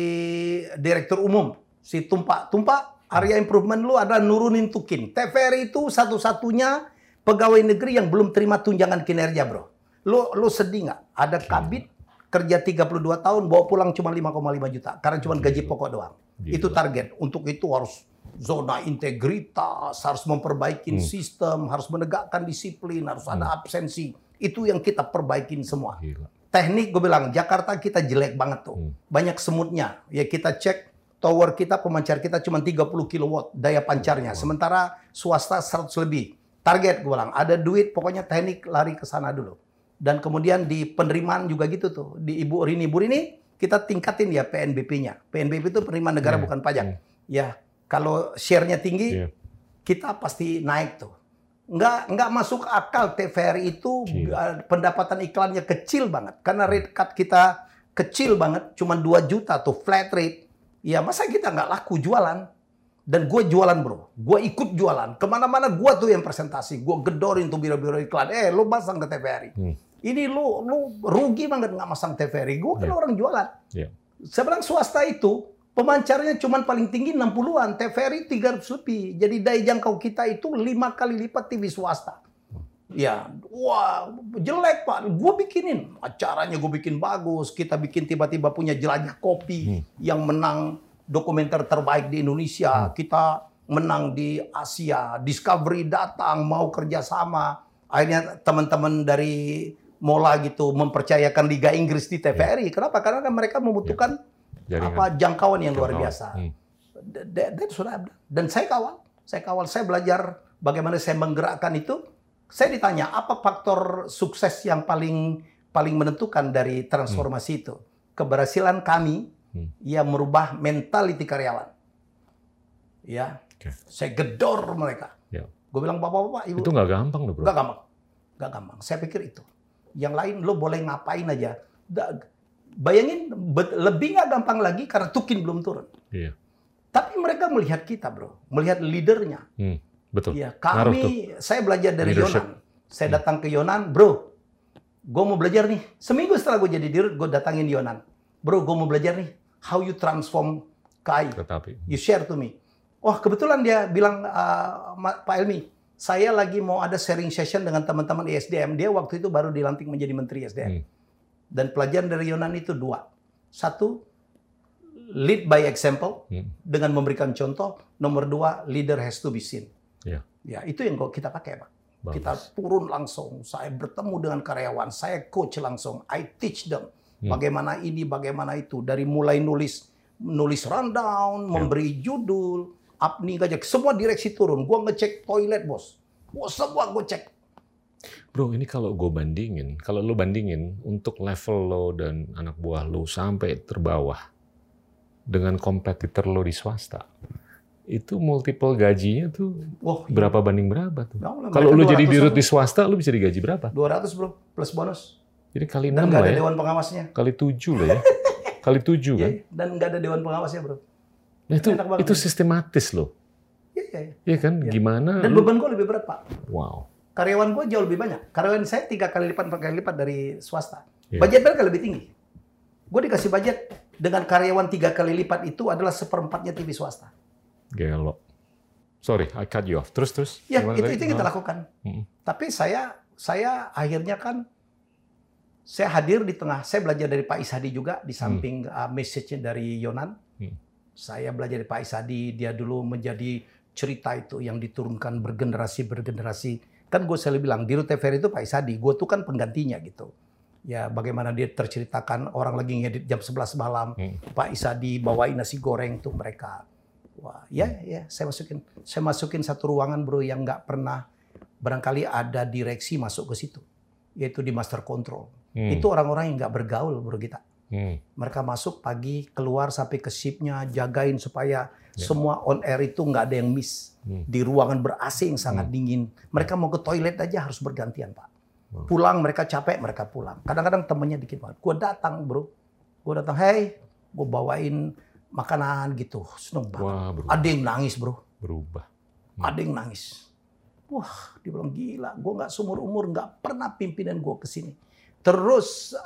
direktur umum, si Tumpak, area improvement lu ada nurunin tukin. TVRI itu satu-satunya pegawai negeri yang belum terima tunjangan kinerja, bro. Lu sedih nggak? Ada kabit kerja 32 tahun, bawa pulang cuma 5,5 juta. Karena cuma gaji pokok doang. Itu target. Untuk itu harus zona integritas, harus memperbaiki sistem, harus menegakkan disiplin, harus ada absensi. Itu yang kita perbaikin semua. Gila. Teknik, gue bilang, Jakarta kita jelek banget tuh. Banyak semutnya. Ya kita cek, tower kita, pemancar kita cuma 30 kW daya pancarnya. Sementara swasta 100 lebih. Target gue bilang, ada duit, pokoknya teknik lari ke sana dulu. Dan kemudian di penerimaan juga gitu tuh. Di Ibu Rini, kita tingkatin ya PNBP-nya. PNBP itu penerimaan negara bukan pajak. Ya, kalau share-nya tinggi, kita pasti naik tuh. Nggak masuk akal TVRI itu pendapatan iklannya kecil banget. Karena rate cut kita kecil banget, cuma 2 juta tuh flat rate. Ya masa kita nggak laku jualan? Dan gue jualan bro, gue ikut jualan. Kemana-mana gue tuh yang presentasi. Gue gedorin tuh biro-biro iklan. Lu pasang ke TVRI. Ini lu rugi banget nggak masang TVRI. Gue kan orang jualan. Saya bilang swasta itu, pemancarnya cuma paling tinggi 60-an. TVRI 300 lebih. Jadi daya jangkau kita itu 5 kali lipat TV swasta. Ya, wah jelek Pak. Gue bikinin acaranya, gue bikin bagus. Kita bikin tiba-tiba punya Jelajah Kopi yang menang dokumenter terbaik di Indonesia. Kita menang di Asia. Discovery datang mau kerjasama. Akhirnya teman-teman dari Mola gitu mempercayakan Liga Inggris di TVRI. Kenapa? Karena kan mereka membutuhkan jangkauan yang luar biasa. Dan saya kawal. Saya belajar bagaimana saya menggerakkan itu. Saya ditanya, apa faktor sukses yang paling menentukan dari transformasi itu? Keberhasilan kami yang merubah mentaliti karyawan. Ya, saya gedor mereka. Gue bilang, bapak-bapak, ibu. Itu nggak gampang loh bro. Nggak gampang. Saya pikir itu. Yang lain lo boleh ngapain aja. Bayangin, lebih nggak gampang lagi karena tukin belum turun. Tapi mereka melihat kita bro, melihat leadernya. Betul. Ya, saya belajar dari Yonan. Saya datang ke Yonan, bro, gue mau belajar nih. Seminggu setelah gue jadi dirut, gue datangin Yonan. Bro, gue mau belajar nih, how you transform KAI. You share to me. Wah, kebetulan dia bilang, Pak Helmi, saya lagi mau ada sharing session dengan teman-teman ISDM. Dia waktu itu baru dilantik menjadi Menteri ISDM. Dan pelajaran dari Yonan itu 2. 1, lead by example dengan memberikan contoh. Nomor 2, leader has to be seen. Ya, itu yang kita pakai, Pak. Bagus. Kita turun langsung, saya bertemu dengan karyawan, saya coach langsung, I teach them bagaimana ini, bagaimana itu, dari mulai nulis rundown, memberi judul, apni aja, semua direksi turun. Gua ngecek toilet, bos. Semua gua cek. Bro, ini kalau gue bandingin, kalau lo bandingin untuk level lo dan anak buah lo sampai terbawah dengan kompetitor lo di swasta, itu multiple gajinya tuh berapa banding berapa tuh? Kalau lo jadi dirut di swasta, lo bisa digaji berapa? 200, bro, plus bonus. Jadi kali 6 dan nggak lah ada ya? Dewan pengawasnya. Kali 7 lah ya? Kali 7 kan? Dan nggak ada dewan pengawasnya, bro. Nah, itu sistematis loh. Iya kan? Gimana? Dan beban gue lebih berat, Pak. Wow. Karyawan gue jauh lebih banyak. Karyawan saya 3 kali lipat, 4 kali lipat dari swasta. Budget mereka lebih tinggi. Gue dikasih budget dengan karyawan 3 kali lipat itu adalah 1/4-nya TV swasta. Gelo. Sorry, I cut you off. Terus? Ya, itu yang kita lakukan. Tapi saya akhirnya kan, saya hadir di tengah. Saya belajar dari Pak Ishadi juga, di samping message-nya dari Yonan. Saya belajar dari Pak Ishadi, dia dulu menjadi cerita itu yang diturunkan bergenerasi. Kan gue selalu bilang, di Rute TVRI itu Pak Ishadi, gue tuh kan penggantinya gitu. Ya, bagaimana dia terceritakan orang lagi ngedit jam 11 malam, Pak Ishadi bawain nasi goreng tuh mereka. Wah, ya, saya masukin satu ruangan, bro, yang nggak pernah barangkali ada direksi masuk ke situ, yaitu di master control. Itu orang-orang yang nggak bergaul, bro, kita. Mereka masuk pagi, keluar sampai ke shift-nya, jagain supaya semua on air itu nggak ada yang miss. Di ruangan ber-AC yang sangat dingin. Mereka mau ke toilet aja harus bergantian, Pak. Pulang mereka capek, mereka pulang. Kadang-kadang temennya dikit banget. Gue datang, bro. Gue datang, hey, gue bawain makanan gitu. Seneng banget. Wah, ada yang nangis, bro. Berubah. Ada yang nangis. Wah, dia bilang, gila. Gue nggak seumur umur, nggak pernah pimpinan gue kesini. Terus,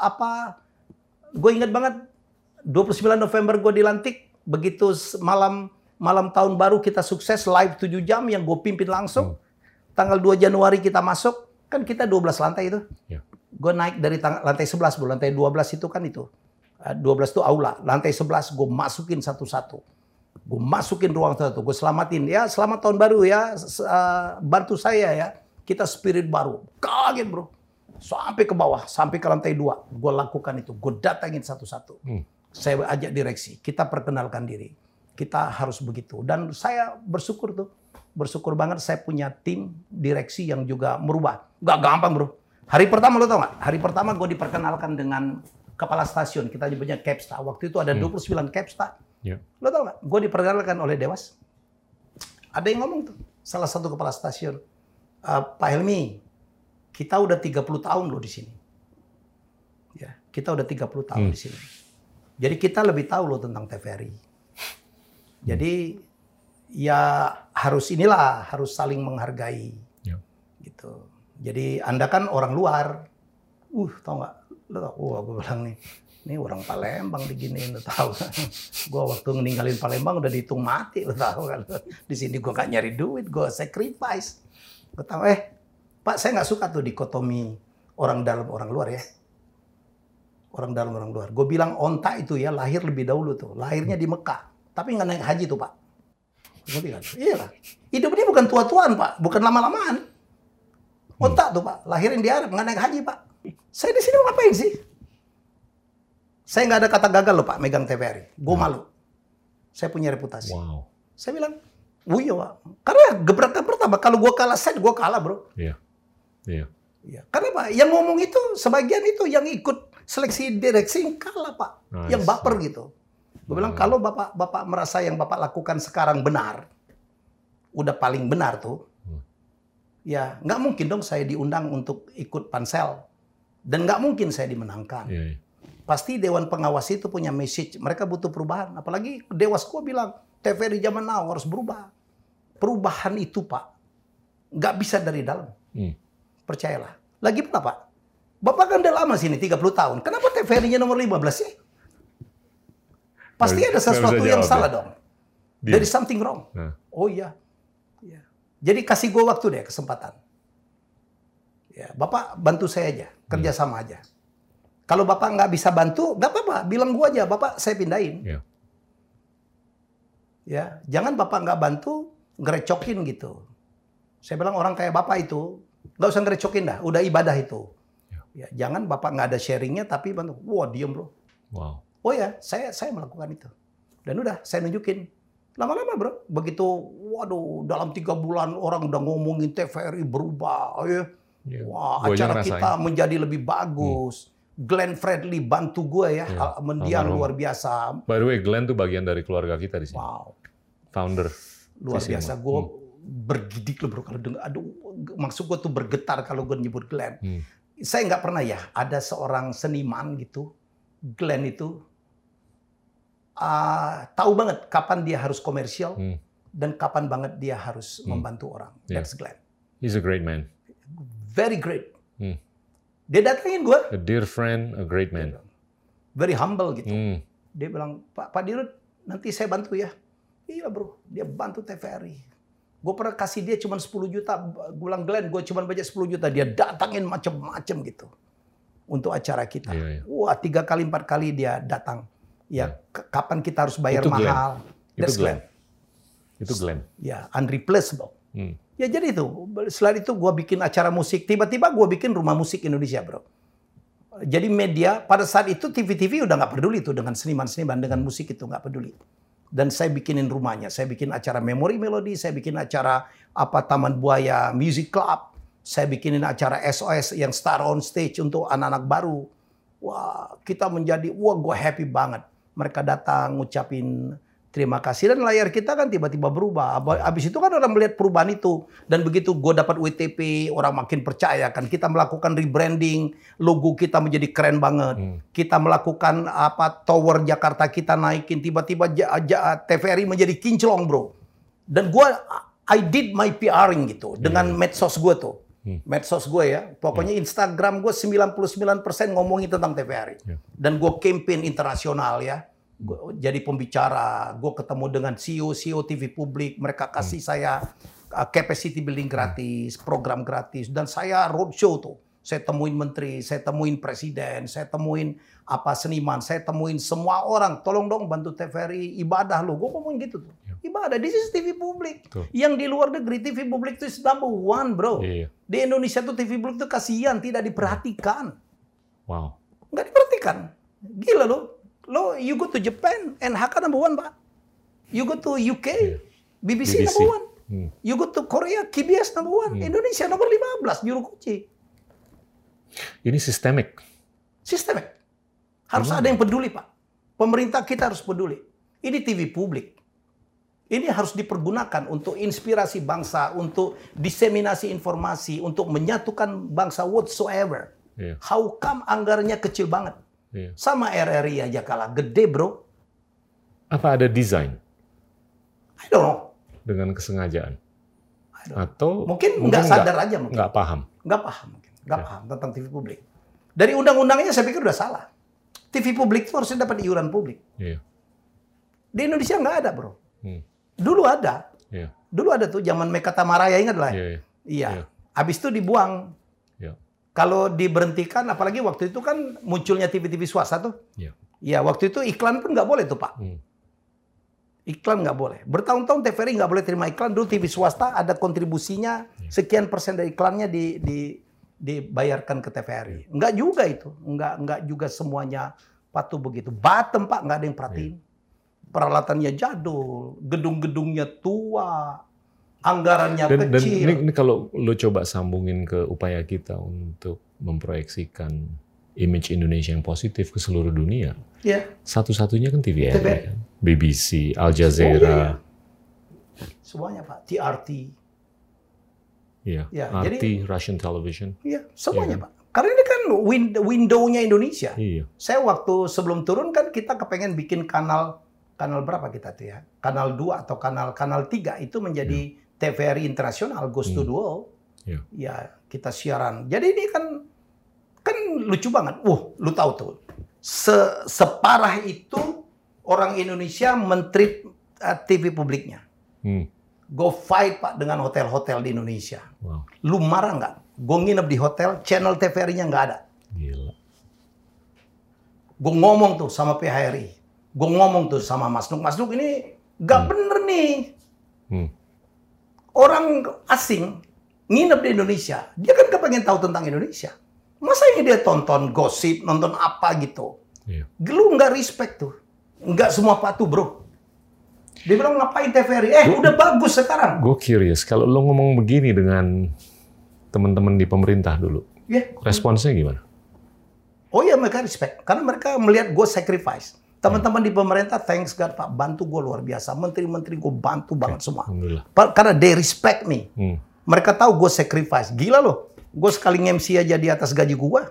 gue ingat banget, 29 November gue dilantik. Begitu malam tahun baru kita sukses live 7 jam yang gue pimpin langsung. Tanggal 2 Januari kita masuk, kan kita 12 lantai itu. Gue naik dari lantai 11, bro. Lantai 12 itu kan itu. 12 itu aula. Lantai 11 gue masukin satu-satu. Gue masukin ruang satu. Gue selamatin. Ya, selamat tahun baru ya. Bantu saya ya. Kita spirit baru. Kaget, bro. Sampai ke bawah. Sampai ke lantai 2. Gue lakukan itu. Gue datangin satu-satu. Saya ajak direksi. Kita perkenalkan diri. Kita harus begitu. Dan saya bersyukur tuh. Bersyukur banget saya punya tim direksi yang juga merubah. Gak gampang, bro. Hari pertama lo tau gak? Hari pertama gue diperkenalkan dengan kepala stasiun. Kita nyebutnya Capsta. Waktu itu ada 29 Capsta. Lo tau gak? Gue diperkenalkan oleh Dewas. Ada yang ngomong tuh. Salah satu kepala stasiun. Pak Helmi, kita udah 30 tahun loh di sini. Ya, kita udah 30 tahun di sini. Jadi kita lebih tahu loh tentang TVRI. Jadi ya harus saling menghargai, gitu. Jadi Anda kan orang luar, tau nggak? Gue bilang ini orang Palembang diginiin, lo tahu? Gue waktu ninggalin Palembang udah dihitung mati, lo tahu kan? Di sini gue nggak nyari duit, gue sacrifice. Gue tahu, Pak, saya nggak suka tuh dikotomi orang dalam orang luar ya. Orang dalam orang luar. Gue bilang onta itu ya lahir lebih dahulu tuh, lahirnya di Mekah. Tapi nggak naik haji tuh, Pak. Iya lah. Hidup ini bukan tua-tuaan, Pak. Bukan lama-lamaan. Otak tuh, Pak. Lahirin di Arab, nggak naik haji, Pak. Saya di sini mau ngapain sih? Saya nggak ada kata gagal loh, Pak, megang TVRI. Gue malu. Saya punya reputasi. Wow. Saya bilang, iya, Pak. Karena gebrakan pertama, kalau gue kalah set, gue kalah, bro. Iya. Karena, Pak, yang ngomong itu, sebagian itu yang ikut seleksi direksi yang kalah, Pak. Yang baper gitu. Gue bilang, kalau Bapak merasa yang Bapak lakukan sekarang benar, udah paling benar tuh, ya nggak mungkin dong saya diundang untuk ikut pansel. Dan nggak mungkin saya dimenangkan. Pasti Dewan Pengawas itu punya message, mereka butuh perubahan. Apalagi Dewas gue bilang, TVRI zaman now harus berubah. Perubahan itu, Pak, nggak bisa dari dalam. Percayalah. Lagi pula, Pak, Bapak kan udah lama sini, 30 tahun. Kenapa TVRI-nya nomor 15 sih? Pasti ada sesuatu yang salah dong. There is something wrong. Oh iya. Jadi kasih gue waktu deh, kesempatan. Ya, Bapak bantu saya aja, kerjasama aja. Kalau Bapak nggak bisa bantu, nggak apa-apa. Bilang gue aja, Bapak saya pindahin. Ya, jangan Bapak nggak bantu, ngerecokin gitu. Saya bilang orang kayak Bapak itu, nggak usah ngerecokin dah, udah ibadah itu. Ya, jangan Bapak nggak ada sharingnya, tapi bantu. Wah, diem bro. Wow. Oh ya, saya melakukan itu. Dan udah, saya nunjukin. Lama-lama bro, begitu, waduh, dalam 3 bulan orang udah ngomongin TVRI berubah. Ya. Wah, acara kita menjadi lebih bagus. Glenn Fredly bantu gue ya, mendiang luar biasa. By the way, Glenn tuh bagian dari keluarga kita di sini. Wow. Founder. Luar biasa, gue bergidik loh bro kalau dengar. Aduh, maksud gue tuh bergetar kalau gue nyebut Glenn. Saya nggak pernah ya ada seorang seniman gitu, Glenn itu tahu banget kapan dia harus komersial dan kapan banget dia harus membantu orang. That's Glenn. He's a great man. Very great. Dia datangin gue. A dear friend, a great man. Very humble gitu. Dia bilang, Pak Dirut, nanti saya bantu ya. Iya bro, dia bantu TVRI. Gue pernah kasih dia cuma 10 juta. Gue bilang, Glenn, gue cuma budget 10 juta. Dia datangin macem-macem gitu. Untuk acara kita. Wah, 3 kali, 4 kali dia datang. Ya, kapan kita harus bayar itu mahal. Itu Glenn. Itu Glenn. Ya, unreplaceable. Ya jadi itu, selain itu gue bikin acara musik, tiba-tiba gue bikin rumah musik Indonesia bro. Jadi media, pada saat itu TV udah nggak peduli tuh dengan seniman-seniman, dengan musik itu nggak peduli. Dan saya bikinin rumahnya, saya bikin acara Memori Melody, saya bikin acara Taman Buaya Music Club, saya bikinin acara SOS yang Star on Stage untuk anak-anak baru. Wah, kita menjadi, gue happy banget. Mereka datang ngucapin terima kasih, dan layar kita kan tiba-tiba berubah. Habis itu kan orang melihat perubahan itu. Dan begitu gue dapat WTP, orang makin percaya kan. Kita melakukan rebranding, logo kita menjadi keren banget. Kita melakukan tower Jakarta kita naikin. Tiba-tiba TVRI menjadi kinclong bro. Dan I did my PR-ing gitu. Dengan medsos gue tuh. Medsos gue ya. Pokoknya Instagram gue 99% ngomongin tentang TVRI. Dan gue campaign internasional ya. Jadi pembicara, gue ketemu dengan CEO TV publik, mereka kasih saya capacity building gratis, program gratis, dan saya roadshow tuh. Saya temuin menteri, saya temuin presiden, saya temuin seniman, saya temuin semua orang. Tolong dong bantu TVRI, ibadah lo. Gue ngomongin gitu tuh. Ibadah, this is TV publik. Yang di luar negeri TV publik itu number 1 bro. Di Indonesia tuh TV publik tuh kasihan, tidak diperhatikan. Wow. Nggak diperhatikan. Gila lo. You go to Japan, NHK number 1, Pak. You go to UK, BBC number 1. You go to Korea, KBS number 1. Indonesia nomor 15, juru kunci. Ini sistemik. Sistemik. Harus ada yang peduli, Pak. Pemerintah kita harus peduli. Ini TV publik. Ini harus dipergunakan untuk inspirasi bangsa, untuk diseminasi informasi, untuk menyatukan bangsa whatsoever. How come anggarannya kecil banget? Sama RRI aja kalah gede bro. Apa ada desain? I don't know. Dengan kesengajaan? Atau mungkin nggak sadar aja mungkin. Nggak paham? Nggak paham mungkin. Nggak paham tentang TV publik. Dari undang-undangnya saya pikir udah salah. TV publik itu harusnya dapat iuran publik. Di Indonesia nggak ada bro. Dulu ada. Dulu ada tuh zaman Meka Tamaraya, ingat lah. Iya. Habis itu dibuang. Kalau diberhentikan, apalagi waktu itu kan munculnya TV-TV swasta tuh. Ya, waktu itu iklan pun nggak boleh tuh Pak. Iklan nggak boleh. Bertahun-tahun TVRI nggak boleh terima iklan. Dulu TV swasta ada kontribusinya, sekian persen dari iklannya dibayarkan ke TVRI. Nggak juga itu. Nggak juga semuanya patuh begitu. Bottom Pak, nggak ada yang perhatiin. Peralatannya jadul, gedung-gedungnya tua. Anggarannya kecil. Dan ini kalau lo coba sambungin ke upaya kita untuk memproyeksikan image Indonesia yang positif ke seluruh dunia. Satu-satunya kan TVRI, kan? BBC, Al Jazeera. Semuanya Pak, TRT. RT, jadi, Russian Television. Semuanya Pak. Karena ini kan window-nya Indonesia. Saya waktu sebelum turun kan kita kepengen bikin kanal berapa kita tuh ya? Kanal 2 atau kanal 3 itu menjadi TVRI internasional, Goes to the World. Ya, kita siaran. Jadi ini kan lucu banget. Lu tahu tuh. Separah itu orang Indonesia men-treat TV publiknya. Go fight Pak dengan hotel-hotel di Indonesia. Lu marah nggak? Gue nginep di hotel, channel TVRI-nya nggak ada. Gila. Gue ngomong tuh sama PHRI. Gue ngomong tuh sama Mas Nuk. Mas Nuk ini Nggak bener nih. Orang asing nginep di Indonesia, dia kan nggak pengen tahu tentang Indonesia. Masa ini dia tonton gosip, nonton apa gitu. Lu nggak respect tuh. Nggak semua patuh, bro. Dia bilang, ngapain TVRI? Udah bagus sekarang. Gue curious, kalau lo ngomong begini dengan teman-teman di pemerintah dulu, responsnya gimana? Oh iya, mereka respect. Karena mereka melihat gue sacrifice. Teman-teman di pemerintah, thanks God, Pak. Bantu gue luar biasa. Menteri-menteri gue bantu banget semua. Karena they respect me. Mereka tahu gue sacrifice. Gila loh. Gue sekali nge-MC aja di atas gaji gue.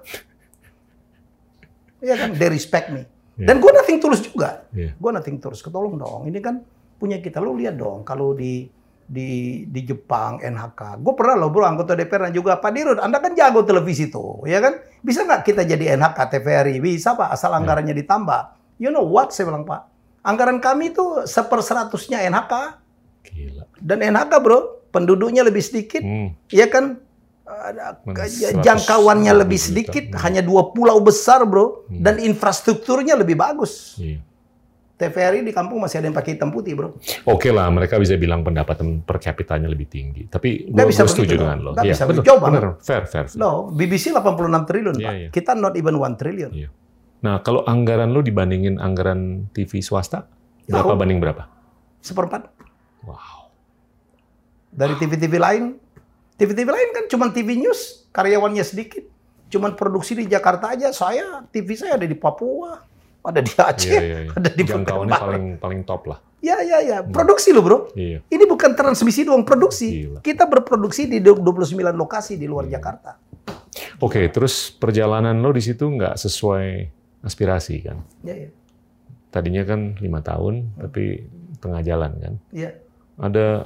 Iya kan? They respect me. Dan gue nothing tulus juga. Gue nothing tulus. Ketolong dong. Ini kan punya kita. Lo lihat dong. Kalau di Jepang, NHK. Gue pernah loh bro, anggota DPR dan juga Pak Dirut. Anda kan jago televisi tuh. Ya kan? Bisa nggak kita jadi NHK TVRI? Bisa Pak. Asal anggarannya ditambah. You know what? Saya bilang Pak. Anggaran kami tuh 1/100-nya NHK. Gila. Dan NHK bro, penduduknya lebih sedikit. Ya kan? Jangkauannya lebih sedikit, hanya 2 pulau besar bro, dan infrastrukturnya lebih bagus. TVRI di kampung masih ada yang pakai hitam putih bro. Oke lah, mereka bisa bilang pendapatan per kapitanya lebih tinggi. Tapi gue setuju dengan lo. Nggak bisa betul, coba. Bener, fair. No, BBC 86 triliun Pak. Kita not even 1 triliun. Nah, kalau anggaran lo dibandingin anggaran TV swasta, berapa banding berapa? 1/4. Wow. Dari TV-TV lain kan cuma TV News, karyawannya sedikit. Cuman produksi di Jakarta aja, TV saya ada di Papua, ada di Aceh, ada di jangkauannya paling top lah. Ya. Produksi loh, bro. Ini bukan transmisi doang, produksi. Gila. Kita berproduksi di 29 lokasi di luar Jakarta. Oke, terus perjalanan lo di situ nggak sesuai aspirasi kan? Iya. Tadinya kan 5 tahun, tapi tengah jalan kan? Iya. Ada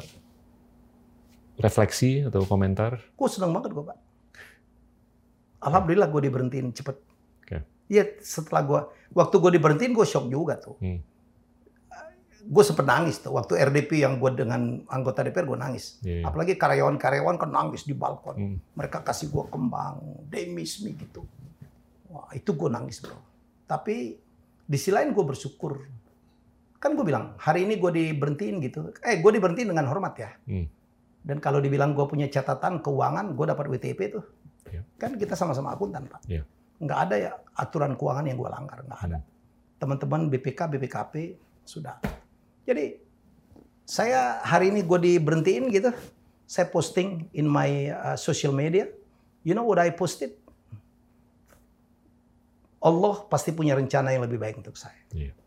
refleksi atau komentar? Gue seneng banget gue Pak. Alhamdulillah gue diberhentiin cepet. Iya, setelah waktu gue diberhentiin gue shock juga tuh. Gue sempet nangis tuh. Waktu RDP yang gue dengan anggota DPR gue nangis. Apalagi karyawan-karyawan kan nangis di balkon. Mereka kasih gue kembang, they miss me gitu. Wah itu gue nangis bro. Tapi di sisi lain gue bersyukur. Kan gue bilang, hari ini gue diberhentiin gitu. Gue diberhentiin dengan hormat ya. Dan kalau dibilang gue punya catatan keuangan, gue dapat WTP tuh. Kan kita sama-sama akuntan, Pak. Nggak ada ya aturan keuangan yang gue langgar. Nggak ada. Teman-teman BPK, BPKP, sudah. Jadi, saya hari ini gue diberhentiin gitu. Saya posting in my social media. You know what I posted? Allah pasti punya rencana yang lebih baik untuk saya.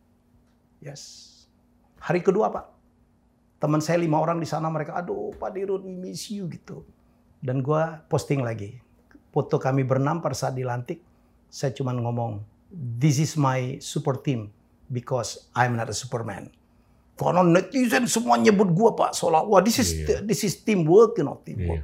Yes. Hari kedua, Pak. Teman saya 5 orang di sana, mereka, aduh Pak Dirut, we miss you gitu. Dan gue posting lagi. Foto kami berenam pada saat dilantik. Saya cuma ngomong, this is my support team because I'm not a Superman. Karena netizen semua nyebut gue Pak, seolah wah this is teamwork, you know, teamwork.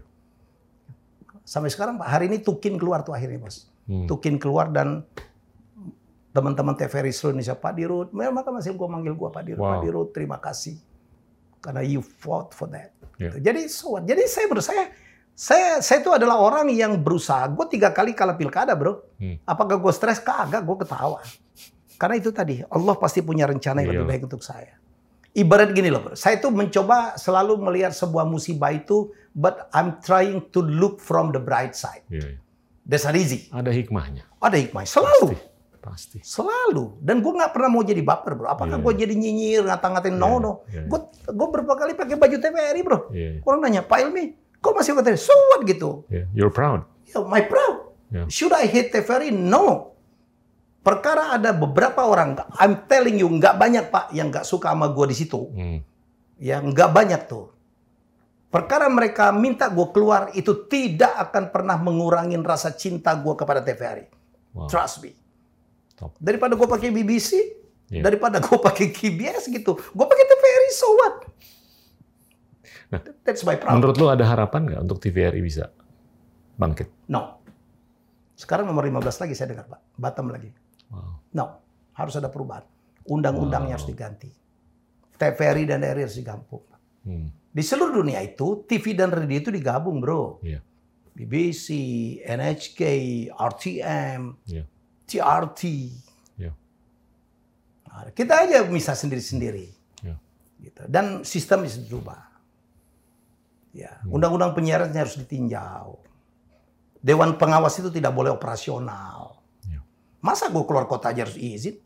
Sampai sekarang Pak, hari ini Tukin keluar tuh akhirnya Bos. Tukin keluar dan teman-teman TVRI seluruh Indonesia, Pak Dirut, maka masih gue manggil gue Pak Dirut, Pak Dirut, terima kasih. Karena you fought for that. Jadi jadi saya itu adalah orang yang berusaha. Gue 3 kali kalah pilkada bro. Apakah gue stres? Kagak, gue ketawa. Karena itu tadi, Allah pasti punya rencana yang lebih baik untuk saya. Ibarat gini loh bro, saya tuh mencoba selalu melihat sebuah musibah itu, but I'm trying to look from the bright side. That's not easy. Ada hikmahnya. Ada hikmah, selalu. Pasti. Selalu. Dan gue nggak pernah mau jadi baper bro. Apakah gue jadi nyinyir, ngata-ngatain? No. Gue berapa kali pakai baju TVRI bro. Orang nanya, Pak Ilmi, kok masih pakai TVRI? So what gitu? You're proud. My proud. Should I hate TVRI? No. Perkara ada beberapa orang, I'm telling you, nggak banyak Pak yang nggak suka sama gue di situ. Ya nggak banyak tuh. Perkara mereka minta gue keluar itu tidak akan pernah mengurangi rasa cinta gue kepada TVRI. Trust me. Daripada gue pakai BBC, daripada gue pakai KBS gitu, gue pakai TVRI, so what? Nah, that's my problem. Menurut lo ada harapan nggak untuk TVRI bisa bangkit? No. Sekarang nomor 15 lagi saya dengar Pak, Batam lagi. No, harus ada perubahan. Undang-undangnya harus diganti. TVRI dan RRI harus digabung. Di seluruh dunia itu, TV dan radio itu digabung bro. BBC, NHK, RTM, TRT. Kita aja misah sendiri-sendiri. Gitu. Dan sistem bisa dirubah. Ya, undang-undang penyiaran harus ditinjau. Dewan pengawas itu tidak boleh operasional. Ya. Masa gue keluar kota aja harus izin?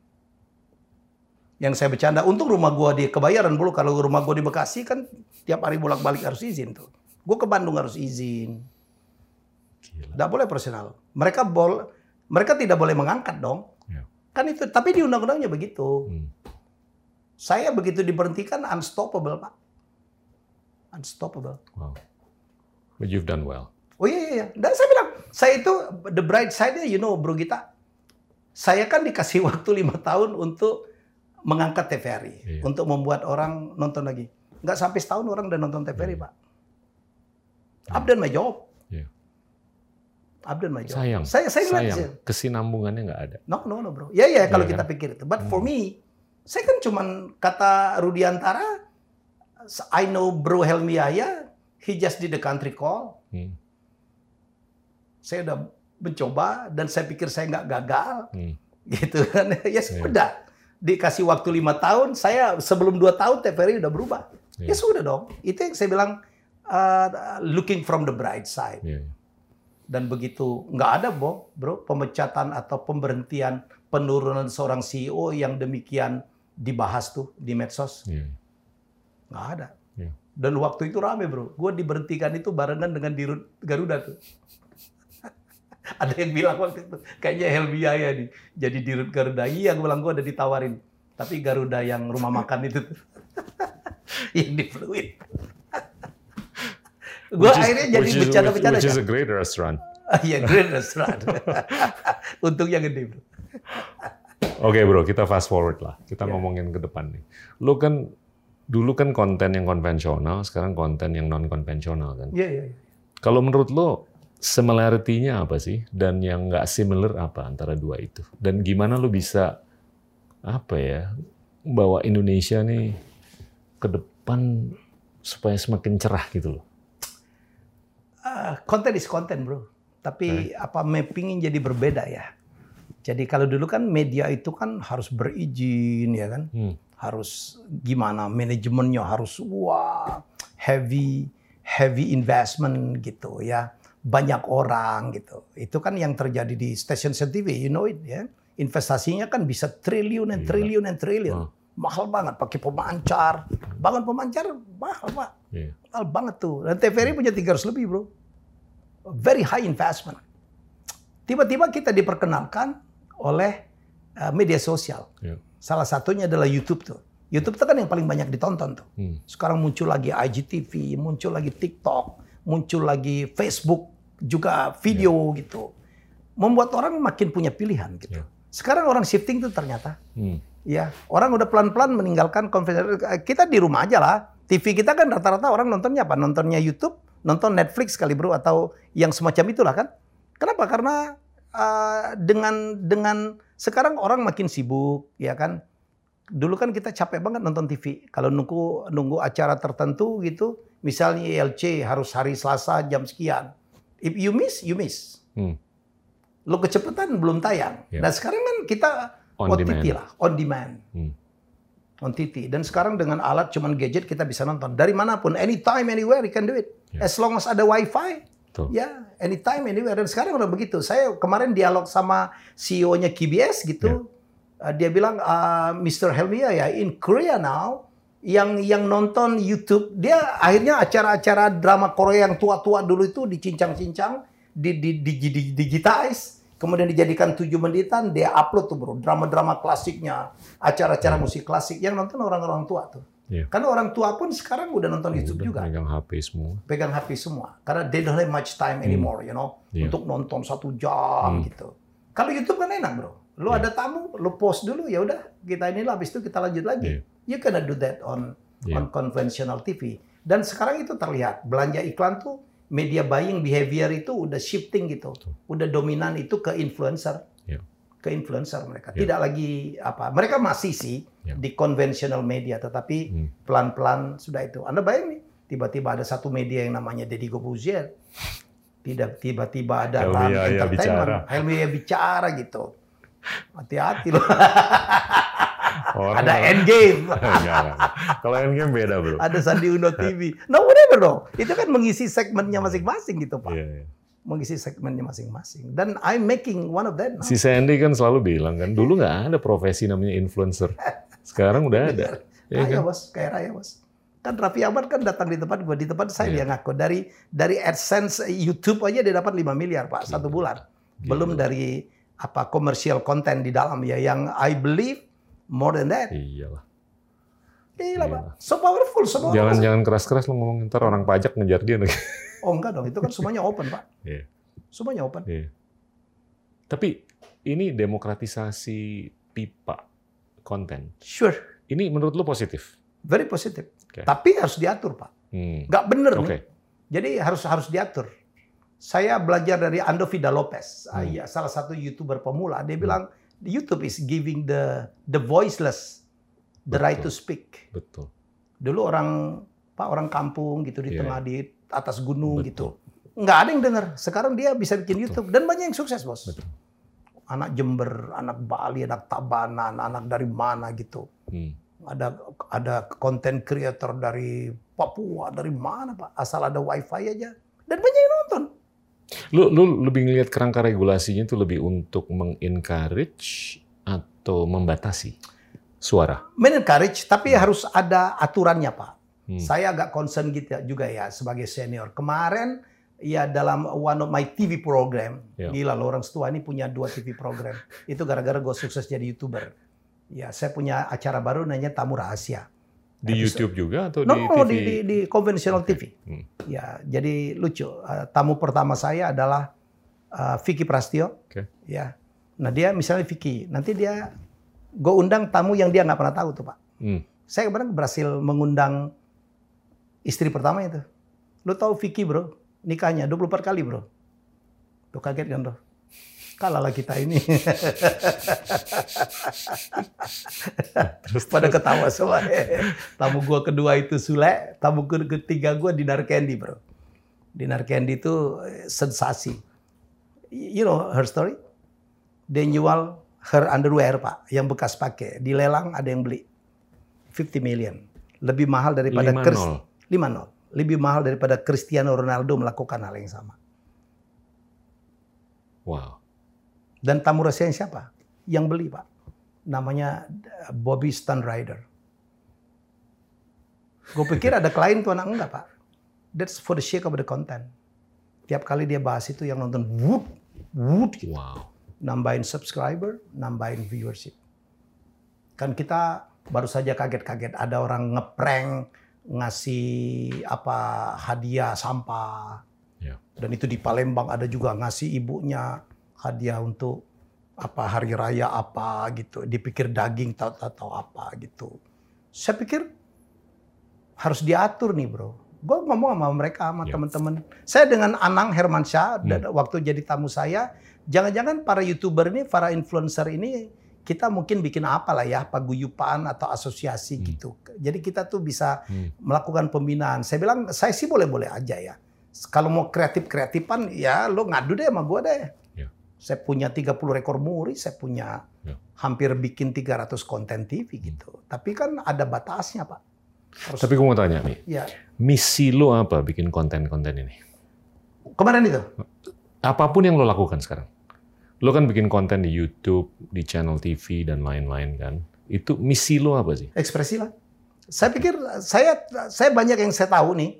Yang saya bercanda, untung rumah gue di Kebayoran dulu. Kalau rumah gue di Bekasi kan tiap hari bolak-balik harus izin tuh. Gue ke Bandung harus izin. Tidak boleh operasional. Mereka tidak boleh mengangkat dong. Ya. Kan itu, tapi di undang-undangnya begitu. Saya begitu diberhentikan unstoppable, Pak. Unstoppable. Wow. But you've done well. Oh iya. Dan saya bilang, saya itu the bright side-nya, Bro Gita. Saya kan dikasih waktu 5 tahun untuk mengangkat TVRI. Iya. Untuk membuat orang nonton lagi. Nggak sampai setahun orang udah nonton TVRI, Pak. I've done my job. Iya. I've done my job. Sayang. Kesinambungannya nggak ada. No, bro. Ya, kalau Iya, kita kan? pikir itu. But for me, saya kan cuman kata Rudiantara, I know Bro Helmi Yahya, he just did the country call. Saya udah mencoba dan saya pikir saya nggak gagal. Gitu kan. Ya sudah. Dikasih waktu 5 tahun, saya sebelum 2 tahun TVRI udah berubah. Ya sudah dong. Itu yang saya bilang, looking from the bright side. Dan begitu nggak ada bro, pemecatan atau pemberhentian, penurunan seorang CEO yang demikian dibahas tuh di medsos. Nggak ada. Dan waktu itu rame bro. Gue diberhentikan itu barengan dengan Dirut Garuda tuh. Ada yang bilang waktu itu, kayaknya Helmi Yahya nih jadi Dirut Garuda. Iya, gue bilang gue udah ditawarin. Tapi Garuda yang rumah makan itu tuh. Yang di Fluid. Gue akhirnya jadi bercanda-bercanda. Which is a great restaurant. Iya, great restaurant. Untungnya gede bro. Oke bro, kita fast forward lah. Kita ngomongin ke depan nih. Lu kan dulu kan konten yang konvensional, sekarang konten yang non konvensional kan. Iya. Kalau menurut lo similarity-nya apa sih? Dan yang nggak similar apa antara dua itu? Dan gimana lo bisa bawa Indonesia nih ke depan supaya semakin cerah gitu loh? Konten is konten bro. Tapi mappingnya jadi berbeda ya. Jadi kalau dulu kan media itu kan harus berizin ya kan. Harus gimana manajemennya harus heavy investment gitu ya. Banyak orang gitu. Itu kan yang terjadi di stasiun TV, you know it ya. Investasinya kan bisa triliun. Mahal banget pakai pemancar. Bangun pemancar mahal, Pak. Mahal banget tuh. Dan TVRI punya 300 lebih, bro. Very high investment. Tiba-tiba kita diperkenalkan oleh media sosial. Salah satunya adalah YouTube tuh. YouTube itu kan yang paling banyak ditonton tuh. Sekarang muncul lagi IGTV, muncul lagi TikTok, muncul lagi Facebook, juga video gitu. Membuat orang makin punya pilihan gitu. Sekarang orang shifting tuh ternyata. Ya, orang udah pelan-pelan meninggalkan konvensional. Kita di rumah aja lah. TV kita kan rata-rata orang nontonnya apa? Nontonnya YouTube, nonton Netflix kali bro, atau yang semacam itulah kan. Kenapa? Karena dengan sekarang orang makin sibuk, ya kan. Dulu kan kita capek banget nonton TV. Kalau nunggu acara tertentu gitu, misalnya ILC harus hari Selasa jam sekian. If you miss, you miss. Lo kecepatan belum tayang. Nah sekarang kan kita OTT lah, on demand. On TT. Dan sekarang dengan alat cuman gadget kita bisa nonton. Dari manapun, anytime, anywhere, you can do it. As long as ada wifi, ya anytime, anywhere. Dan sekarang udah begitu. Saya kemarin dialog sama CEO-nya KBS gitu. Dia bilang, Mr. Helmi Yahya, in Korea now, yang nonton YouTube, dia akhirnya acara-acara drama Korea yang tua-tua dulu itu dicincang-cincang, digitize, kemudian dijadikan 7 menitan, dia upload tuh bro, drama-drama klasiknya, acara-acara musik klasik, yang nonton orang-orang tua tuh. Karena orang tua pun sekarang udah nonton YouTube juga. Pegang HP semua. Pegang HP semua. Karena they don't have much time anymore, you know, untuk nonton 1 jam gitu. Kalau YouTube kan enak bro. Lu ada tamu, lu post dulu, ya udah kita inilah, habis itu kita lanjut lagi. You cannot do that on conventional TV. Dan sekarang itu terlihat, belanja iklan tuh, media buying behavior itu udah shifting gitu. Udah dominan itu ke influencer. Ke influencer mereka. Tidak lagi mereka masih sih di conventional media, tetapi pelan-pelan sudah itu. Anda bayang nih, tiba-tiba ada satu media yang namanya Deddy Corbuzier. Tiba-tiba ada Ram Entertainment. Helmi Yahya bicara gitu. Hati-hati loh. Orang Ada Endgame. Enggak. Kalau Endgame beda, bro. Ada Sandi Uno TV. No, whatever dong. Itu kan mengisi segmennya masing-masing gitu, Pak. Iya, iya. Mengisi segmennya masing-masing. Dan I'm making one of them. Si Sandy kan selalu bilang kan, dulu nggak ada profesi namanya influencer. Sekarang udah ada. Ya, Kaya kan? bos, kaya raya bos. Kan Raffi Ahmad kan datang di tempat gua, di tempat saya Iya. dia ngaku dari AdSense YouTube aja dia dapat 5 miliar Pak satu bulan. Belum dari apa komersial konten di dalam ya yang I believe more than that. Iyalah. Gila Pak, so powerful, so powerful. Jangan keras-keras lo ngomong, ntar orang pajak ngejar dia. Oh enggak dong, itu kan semuanya open Pak. Iya. Semuanya open. Iya. Tapi ini demokratisasi pipa konten. Sure, Ini menurut lo positif? very positif. Oke. Tapi harus diatur Pak. Nggak bener Oke. nih. Jadi harus diatur. Saya belajar dari Ando Vida Lopez, ya, salah satu YouTuber pemula. Dia bilang YouTube is giving the voiceless the right to speak. Betul. Dulu orang kampung gitu di Iya. tengah di atas gunung Betul. gitu. Nggak ada yang dengar. Sekarang dia bisa bikin YouTube dan banyak yang sukses, Bos. Betul. Anak Jember, anak Bali, anak Tabanan, anak dari mana gitu. Ada konten creator dari Papua, dari mana Pak? Asal ada wifi aja. Dan banyak yang nonton. Lu lebih ngelihat kerangka regulasinya itu lebih untuk mengencourage atau membatasi suara? Men-encourage, tapi harus ada aturannya Pak. Saya agak concern gitu juga ya sebagai senior. Kemarin ya dalam one of my TV program, gila loh orang setua ini punya 2 TV program. Itu gara-gara gue sukses jadi YouTuber. Ya, saya punya acara baru namanya Tamu Rahasia. Di YouTube juga atau No, di TV? di konvensional TV. Ya, jadi lucu. Tamu pertama saya adalah Vicky Prastio. Oke. Ya, nah dia misalnya Vicky, nanti gue undang tamu yang dia nggak pernah tahu tuh Pak. Saya kemarin berhasil mengundang istri pertama itu. Lu tahu Vicky bro, nikahnya 24 kali bro. Tuh kaget kan bro? Kalah lah kita ini. Pada ketawa semua. Tamu gua kedua itu Sule, tamu ketiga gua Dinar Candy bro. Dinar Candy itu sensasi. You know her story? Dia jual her underwear Pak, yang bekas pakai. Di lelang ada yang beli. 50 million. Lebih mahal daripada 5-0. Lebih mahal daripada Cristiano Ronaldo melakukan hal yang sama. Wow. Dan tamu rahasianya siapa? Yang beli, Pak. Namanya Bobby Stunt Rider. Gue pikir ada klien tuh anak enggak, Pak. That's for the sake of the content. Tiap kali dia bahas itu yang nonton wood gitu. Wow. Nambahin subscriber, nambahin viewership. Kan kita baru saja kaget-kaget ada orang ngeprank ngasih hadiah sampah. Yeah. Dan itu di Palembang ada juga ngasih ibunya hadiah untuk hari raya apa gitu. Dipikir daging tahu apa gitu. Saya pikir harus diatur nih bro. Gue ngomong sama mereka, sama teman-teman. Saya dengan Anang Hermansyah, waktu jadi tamu saya, jangan-jangan para YouTuber ini, para influencer ini, kita mungkin bikin apalah ya, paguyupan atau asosiasi gitu. Jadi kita tuh bisa melakukan pembinaan. Saya bilang, saya sih boleh-boleh aja ya. Kalau mau kreatif-kreatifan, ya lo ngadu deh sama gue deh. Saya punya 30 rekor muri, saya punya hampir bikin 300 konten TV gitu. Tapi kan ada batasnya, Pak. Tapi gue mau tanya nih, misi lo apa bikin konten-konten ini? Kemarin itu? Apapun yang lo lakukan sekarang. Lo kan bikin konten di YouTube, di channel TV, dan lain-lain kan. Itu misi lo apa sih? Ekspresi lah. Saya pikir, saya banyak yang saya tahu nih.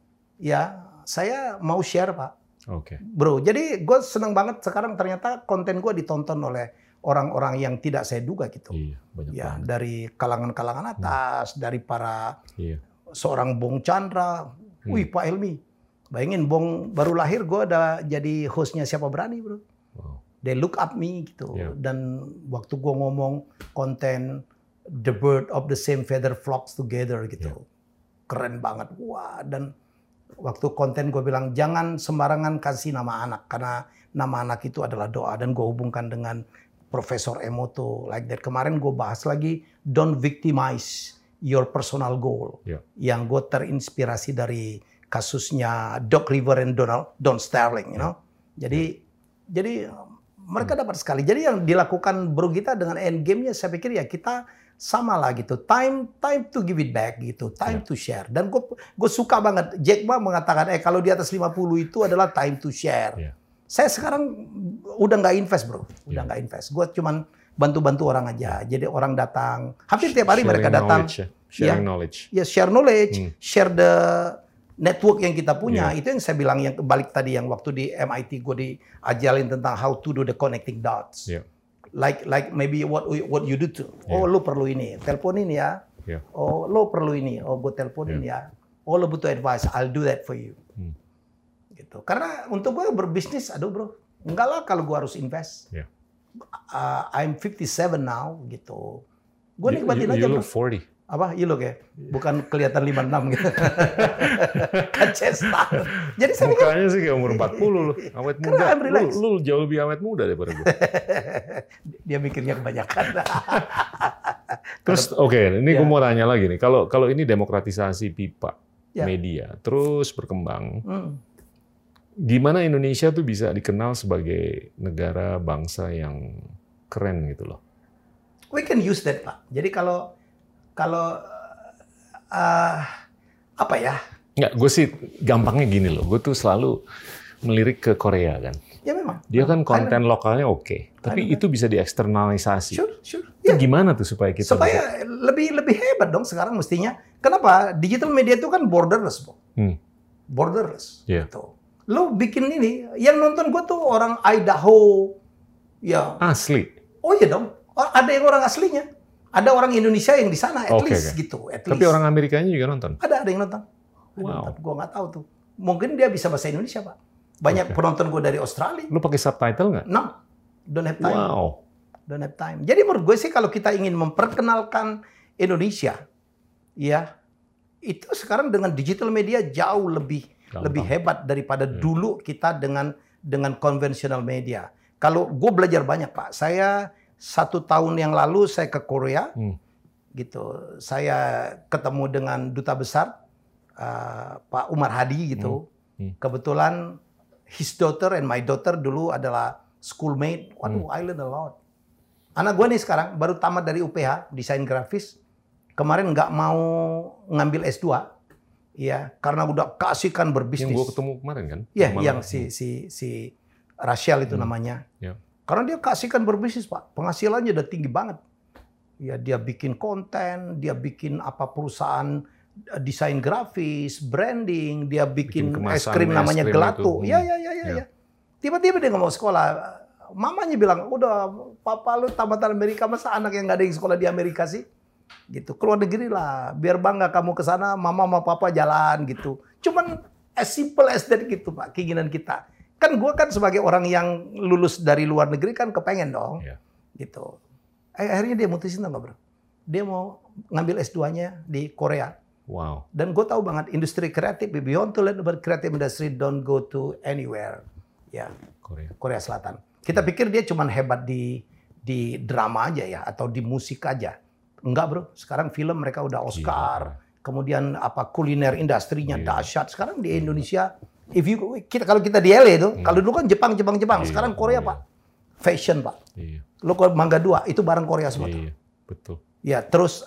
Ya, saya mau share, Pak. Oke. Bro, jadi gue seneng banget sekarang ternyata konten gue ditonton oleh orang-orang yang tidak saya duga gitu. Iya, banyak banget. Dari kalangan-kalangan atas, dari para seorang Bong Chandra. Wih, Pak Helmi. Bayangin, Bong baru lahir, gue udah jadi hostnya Siapa Berani, bro. Wow. They look up me gitu. Dan waktu gue ngomong konten The Bird of the Same Feather Flocks Together gitu. Keren banget. Wah, dan waktu konten gue bilang jangan sembarangan kasih nama anak karena nama anak itu adalah doa dan gue hubungkan dengan Profesor Emoto like that. Kemarin gue bahas lagi don't victimize your personal goal. Yang gue terinspirasi dari kasusnya Doc River and Don Sterling, you know. Jadi mereka dapat sekali. Jadi yang dilakukan Bro Gita dengan endgame-nya saya pikir ya kita sama lah gitu. Time to give it back gitu. Time to share. Dan gue suka banget. Jack Ma mengatakan, kalau di atas 50 itu adalah time to share. Saya sekarang udah nggak invest bro. Udah nggak invest. Gue cuman bantu-bantu orang aja. Jadi orang datang. Hampir tiap hari mereka datang. Sharing knowledge. Ya, share knowledge. Share the network yang kita punya. Itu yang saya bilang yang balik tadi yang waktu di MIT gue diajarin tentang how to do the connecting dots. Like maybe what you do too. Oh, lu perlu ini, teleponin ya. Oh, lu perlu ini. Oh, gue teleponin ya. Oh, lu butuh advice, I'll do that for you. Gitu. Karena untuk gue berbisnis, aduh bro, enggak lah kalau gue harus invest. I'm 57 now, gitu. Gue nikmatin aja bro. You look 40. Apa? You look ya? Bukan kelihatan 56 gitu. Kacesta. Jadi saya mukanya sih kayak umur 40 lu. Awet muda. Lu jauh lebih awet muda daripada gue. Dia mikirnya kebanyakan. Terus ini gue mau tanya lagi nih. Kalau ini demokratisasi pipa media terus berkembang, gimana Indonesia tuh bisa dikenal sebagai negara bangsa yang keren gitu loh? We can use that, Pak. Jadi kalau apa ya? Nggak, gue sih gampangnya gini loh. Gue tuh selalu melirik ke Korea kan. Ya memang. Dia kan konten lokalnya oke, tapi itu bisa dieksternalisasi. Sure. Itu gimana tuh supaya kita lebih hebat dong sekarang mestinya. Kenapa? Digital media itu kan borderless, Bro. Borderless. Gitu. Lo bikin ini, yang nonton gue tuh orang Idaho, ya. Asli. Oh iya dong. Ada yang orang aslinya. Ada orang Indonesia yang di sana, at least gitu. Tapi orang Amerikanya juga nonton? Ada yang nonton. Wow. Gue nggak tahu tuh. Mungkin dia bisa bahasa Indonesia, Pak. Banyak penonton gue dari Australia. Lu pakai subtitle nggak? No, don't have time. Wow. Don't have time. Jadi menurut gue sih kalau kita ingin memperkenalkan Indonesia, ya itu sekarang dengan digital media jauh lebih hebat daripada dulu kita dengan konvensional media. Kalau gue belajar banyak, Pak. Saya 1 tahun yang lalu saya ke Korea, gitu. Saya ketemu dengan duta besar Pak Umar Hadi gitu. Kebetulan his daughter and my daughter dulu adalah schoolmate. Waduh, I learn a lot. Anak gue nih sekarang baru tamat dari UPH desain grafis. Kemarin nggak mau ngambil S2, ya karena udah keasikan berbisnis. Yang gue ketemu kemarin kan? Iya, yang si Rachel itu namanya. Karena dia keasikan berbisnis, Pak. Penghasilannya udah tinggi banget. Ya, dia bikin konten, dia bikin perusahaan desain grafis, branding, dia bikin es krim namanya Gelato. Ya. Tiba-tiba dia nggak mau sekolah. Mamanya bilang, udah papa lu tamatan Amerika, masa anak yang nggak ada yang sekolah di Amerika sih? Gitu, keluar negeri lah. Biar bangga kamu ke sana, mama sama papa jalan gitu. Cuman as simple as that gitu, Pak, keinginan kita. Kan gue kan sebagai orang yang lulus dari luar negeri kan kepengen dong, gitu. Akhirnya dia mutusin nggak bro? Dia mau ngambil S2-nya di Korea. Wow. Dan gue tahu banget industri kreatif, beyond to learn about creative industry, don't go to anywhere. Ya, Korea Selatan. Kita pikir dia cuma hebat di drama aja ya, atau di musik aja. Enggak bro, sekarang film mereka udah Oscar. Kemudian kuliner industrinya dahsyat. Sekarang di Indonesia, kalau kita di LA itu, kalau dulu kan Jepang. Sekarang Korea, Pak. Fashion, Pak. Lo kalau Mangga 2, itu barang Korea semua. Betul. Ya, terus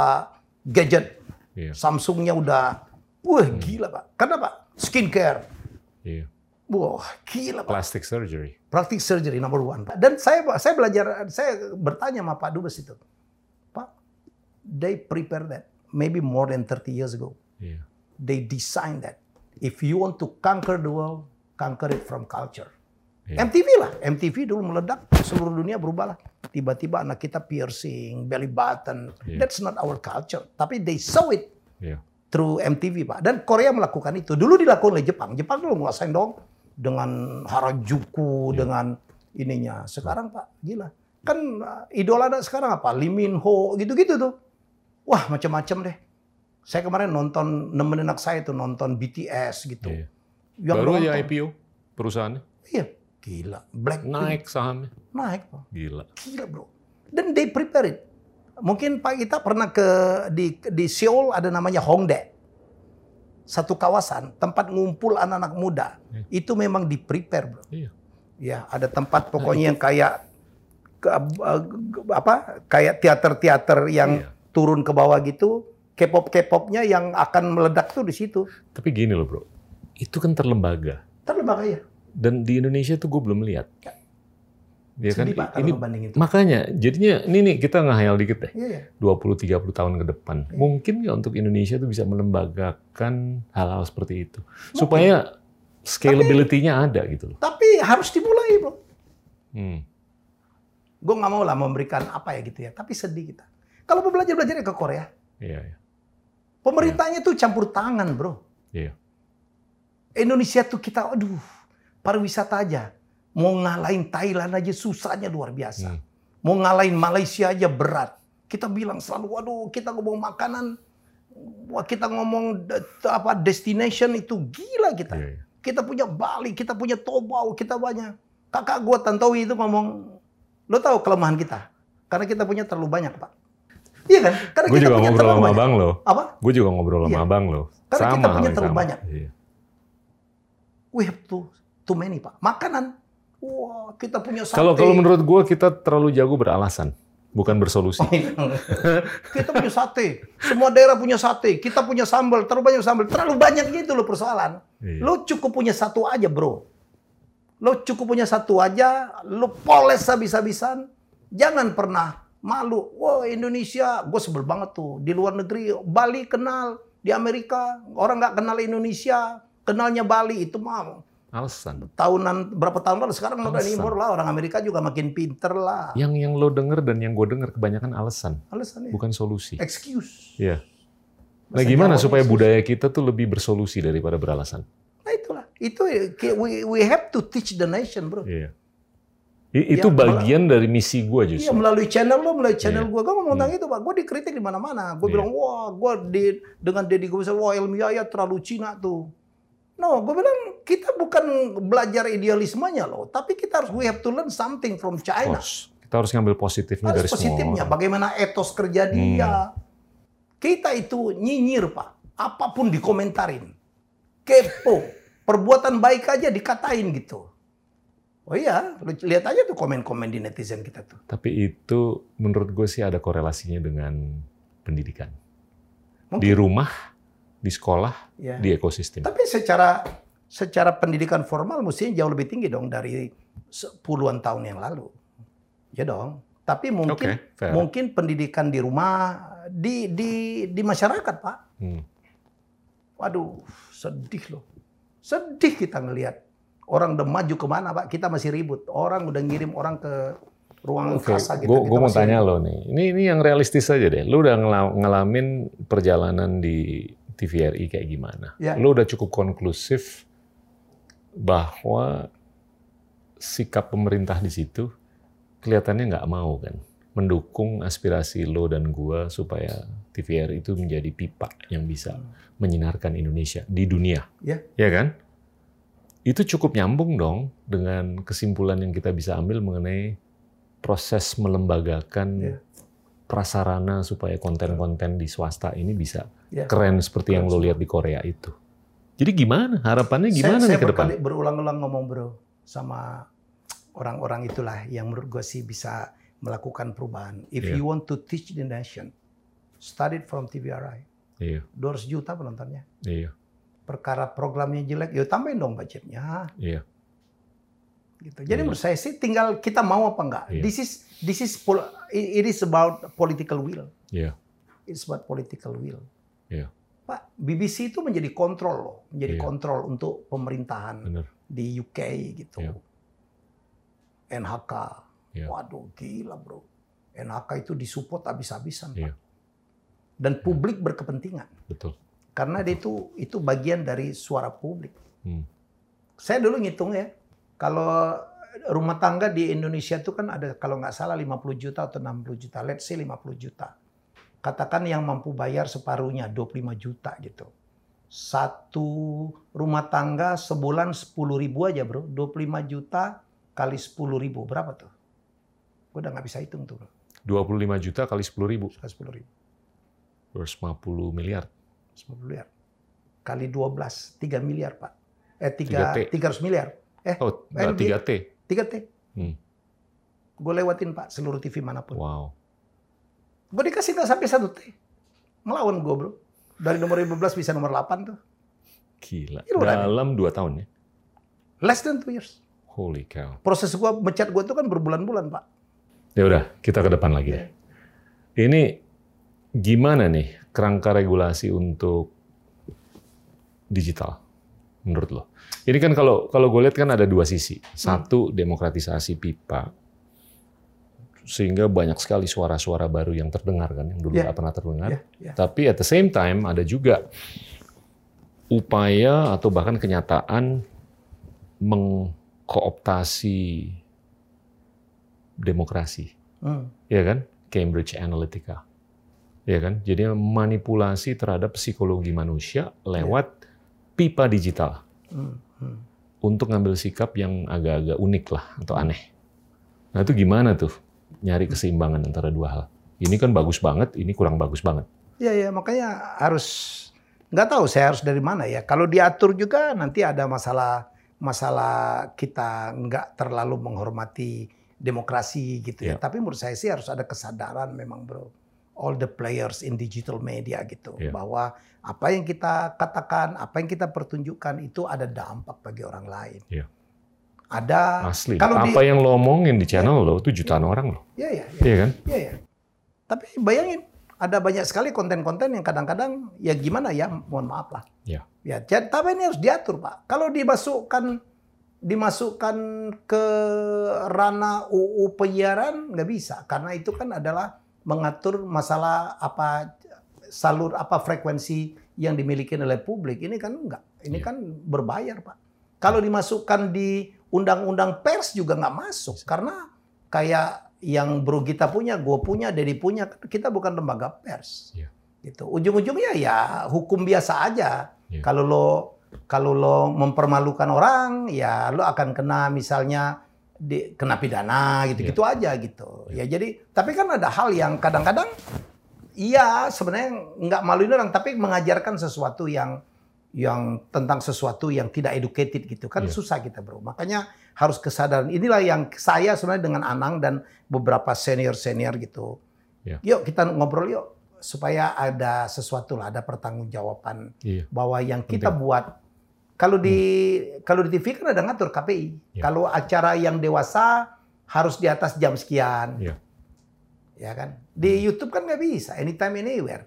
gadget. Samsungnya udah, gila, Pak. Karena, Pak, skincare. Wah, gila, Pak. Plastic surgery number 1. Dan saya belajar, saya bertanya sama Pak Dubes itu. Pak, they prepare that maybe more than 30 years ago. They design that. If you want to conquer the world, conquer it from culture. MTV lah. MTV dulu meledak, seluruh dunia berubah lah. Tiba-tiba anak kita piercing, belly button. That's not our culture. Tapi they saw it through MTV, Pak. Dan Korea melakukan itu. Dulu dilakukan oleh Jepang. Jepang dulu ngerasain dong. Dengan Harajuku, dengan ininya. Sekarang, Pak, gila. Kan idola sekarang apa? Lee Min Ho, gitu-gitu tuh. Wah, macam-macam deh. Saya kemarin nemenin anak saya tuh nonton BTS gitu. Yang baru aja IPO perusahaannya. Iya, gila. Blackpink. Naik sahamnya. Naik, Pak. Gila, bro. Dan they prepare it. Mungkin Pak kita pernah di Seoul ada namanya Hongdae. Satu kawasan, tempat ngumpul anak-anak muda. Itu memang di prepare, bro. Ya, ada tempat pokoknya yang kayak kayak teater-teater yang Iya. turun ke bawah gitu, K-pop-K-popnya yang akan meledak tuh di situ. Tapi gini loh bro, itu kan terlembaga. Terlembaga ya. Dan di Indonesia tuh gue belum lihat. Ya kan? Sedih Pak kalau Ini ngebanding itu. makanya, jadinya ini nih kita ngehayal dikit deh. Iya, iya. 20-30 tahun ke depan. Mungkin nggak untuk Indonesia tuh bisa melembagakan hal-hal seperti itu. Supaya scalability-nya ada gitu loh. Tapi harus dimulai, bro. Hmm. Gue nggak mau lah memberikan apa ya gitu ya. Tapi sedih kita. Kalau mau belajar ya ke Korea. Iya, iya. Pemerintahnya tuh campur tangan, bro. Iya. Indonesia tuh kita, aduh, pariwisata aja. Mau ngalahin Thailand aja susahnya luar biasa. Mau ngalahin Malaysia aja berat. Kita bilang selalu, waduh, kita ngomong makanan, wah kita ngomong destination itu gila kita. Iya, iya. Kita punya Bali, kita punya Toba, kita banyak. Kakak gua Tantowi itu ngomong, lo tahu kelemahan kita? Karena kita punya terlalu banyak, Pak. Iya kan? Karena Gue kita juga punya ngobrol terlalu sama banyak. abang lo. Apa? Gue juga ngobrol sama Iya. abang lo. Karena Sama kita punya hal yang terlalu sama. banyak. Iya. We have too many, Pak. Makanan. Wah, kita punya sate. Kalau menurut gue kita terlalu jago beralasan, bukan bersolusi. Kita punya sate. Semua daerah punya sate. Kita punya sambal. Terlalu banyak sambal. Terlalu banyak gitu loh persoalan. Iya. Lo cukup punya satu aja, bro. Lo cukup punya satu aja. Lo poles habis-habisan. Jangan pernah malu. Wah, Indonesia. Gue sebel banget tuh. Di luar negeri. Bali kenal. Di Amerika. Orang nggak kenal Indonesia. Kenalnya Bali. Itu mah Alasan. tahunan berapa tahun lalu sekarang udah Alasan. impor lah, orang Amerika juga makin pinter lah. Yang lo denger dan yang gue denger kebanyakan alasan, Alasannya bukan solusi. excuse. Iya. Nah, Bahasa gimana Jawanya supaya excuse. budaya kita tuh lebih bersolusi daripada beralasan? Nah itulah, itu we have to teach the nation, bro. Iya. Itu Ya, bagian dari misi gue Iya, justru. melalui channel lo, melalui channel Iya. gue ngomong tentang itu, Pak. Gue dikritik di mana-mana. Gue Iya. bilang, wah, dengan Deddy gue bisa, wah, Helmi Yahya terlalu Cina tuh. No, gue bilang kita bukan belajar idealismenya loh, tapi kita harus we have to learn something from Of China. course. Kita harus ngambil positifnya Harus dari positifnya, semua. bagaimana etos kerja dia. Kita itu nyinyir, Pak. Apapun dikomentarin. Kepo. Perbuatan baik aja dikatain gitu. Oh iya, lu lihat aja tuh komen-komen di netizen kita tuh. Tapi itu menurut gue sih ada korelasinya dengan pendidikan. Mungkin. Di rumah, di sekolah, Ya. di ekosistem. Tapi secara pendidikan formal mestinya jauh lebih tinggi dong dari puluhan tahun yang lalu. Ya dong. Tapi mungkin Oke, fair. mungkin pendidikan di rumah, di masyarakat, Pak. Waduh, sedih loh. Sedih kita ngelihat. Orang udah maju kemana, Pak? Kita masih ribut. Orang udah ngirim orang ke ruang Oke, angkasa gitu. gue Kita mau masih tanya ribut. lo nih. Ini yang realistis aja deh. Lo udah ngalamin perjalanan di TVRI kayak gimana? Ya. Lo udah cukup konklusif bahwa sikap pemerintah di situ kelihatannya nggak mau kan mendukung aspirasi lo dan gua supaya TVRI itu menjadi pipa yang bisa menyinarkan Indonesia di dunia. Ya. Ya kan? Itu cukup nyambung dong dengan kesimpulan yang kita bisa ambil mengenai proses melembagakan prasarana supaya konten-konten di swasta ini bisa keren seperti yang lo lihat di Korea itu. Jadi gimana? Harapannya gimana nih ke depan? Saya berulang-ulang ngomong, bro, sama orang-orang itulah yang menurut gue sih bisa melakukan perubahan. If you want to teach the nation, study from TVRI. Iya. 200 juta penontonnya. Iya. Perkara programnya jelek, ya tambahin dong budgetnya. Iya. Gitu. Jadi menurut saya sih tinggal kita mau apa enggak. Iya. It is about political will. Iya. It's about political will. Iya. Pak, BBC itu menjadi kontrol loh, menjadi Iya. kontrol untuk pemerintahan Benar. di UK gitu. Iya. NHK. Iya. Waduh, gila, bro. NHK itu disupport habis-habisan, Iya. Pak. Dan publik berkepentingan. Betul. Karena dia itu bagian dari suara publik. Hmm. Saya dulu ngitung ya, kalau rumah tangga di Indonesia itu kan ada kalau nggak salah 50 juta atau 60 juta. Let's say 50 juta. Katakan yang mampu bayar separuhnya 25 juta gitu. Satu rumah tangga sebulan 10.000 aja, bro. 25 juta kali 10.000. Berapa tuh? Gue udah nggak bisa hitung tuh, bro. 25 juta kali 10.000. 10.000. 250 miliar. 10 miliar. Kali 12, 3 miliar, Pak. 3T. 300 miliar. Oh, enggak, lebih. 3T. 3T. Hmm. Gue lewatin Pak seluruh TV manapun. Wow. Gue dikasih nggak sampai 1 T. Melawan gue bro. Dari nomor 15 bisa nomor 8 tuh. Gila. Itu Dalam 2 tahun ya? Less than 2 years. Holy cow. Proses gue mencat gue itu kan berbulan-bulan Pak. Ya udah, kita ke depan lagi deh. Ini gimana nih kerangka regulasi untuk digital menurut lo? Ini kan kalau gue lihat kan ada 2 sisi. Satu, demokratisasi pipa. Sehingga banyak sekali suara-suara baru yang terdengar kan, yang dulu nggak pernah terdengar. Tapi at the same time ada juga upaya atau bahkan kenyataan mengkooptasi demokrasi, ya kan? Cambridge Analytica, ya kan? Jadi manipulasi terhadap psikologi manusia lewat pipa digital untuk ngambil sikap yang agak-agak unik lah atau aneh. Nah itu gimana tuh nyari keseimbangan antara 2 hal? Ini kan bagus banget, ini kurang bagus banget. Iya, makanya harus nggak tahu saya harus dari mana ya. Kalau diatur juga nanti ada masalah kita nggak terlalu menghormati demokrasi gitu ya. Tapi menurut saya sih harus ada kesadaran memang bro. All the players in digital media gitu. Bahwa apa yang kita katakan, apa yang kita pertunjukkan itu ada dampak bagi orang lain. Ada. Asli. Kalau apa yang lo omongin di channel lo itu jutaan orang lo. Iya kan? Iya. Tapi bayangin ada banyak sekali konten-konten yang kadang-kadang ya gimana ya, mohon maaf lah. Ya, tapi ini harus diatur Pak. Kalau dimasukkan ke ranah UU penyiaran nggak bisa karena itu kan adalah mengatur masalah frekuensi yang dimiliki oleh publik. Ini kan enggak. Ini kan berbayar Pak. Kalau dimasukkan di undang-undang pers juga nggak masuk karena kayak yang Bro Gita punya, gue punya, Dedi punya, kita bukan lembaga pers. Gitu. Ujung-ujungnya ya hukum biasa aja. Kalau lo mempermalukan orang, ya lo akan kena misalnya kena pidana gitu-gitu aja gitu. Ya jadi, tapi kan ada hal yang kadang-kadang iya sebenarnya nggak maluin orang, tapi mengajarkan sesuatu yang tentang sesuatu yang tidak educated gitu kan susah kita bro. Makanya harus kesadaran. Inilah yang saya sebenarnya dengan Anang dan beberapa senior gitu. Yuk kita ngobrol yuk supaya ada sesuatu lah, ada pertanggungjawaban bahwa yang kita buat. Kalau di TV kan ada ngatur KPI. Kalau acara yang dewasa harus di atas jam sekian. Ya kan? Di YouTube kan nggak bisa, anytime anywhere.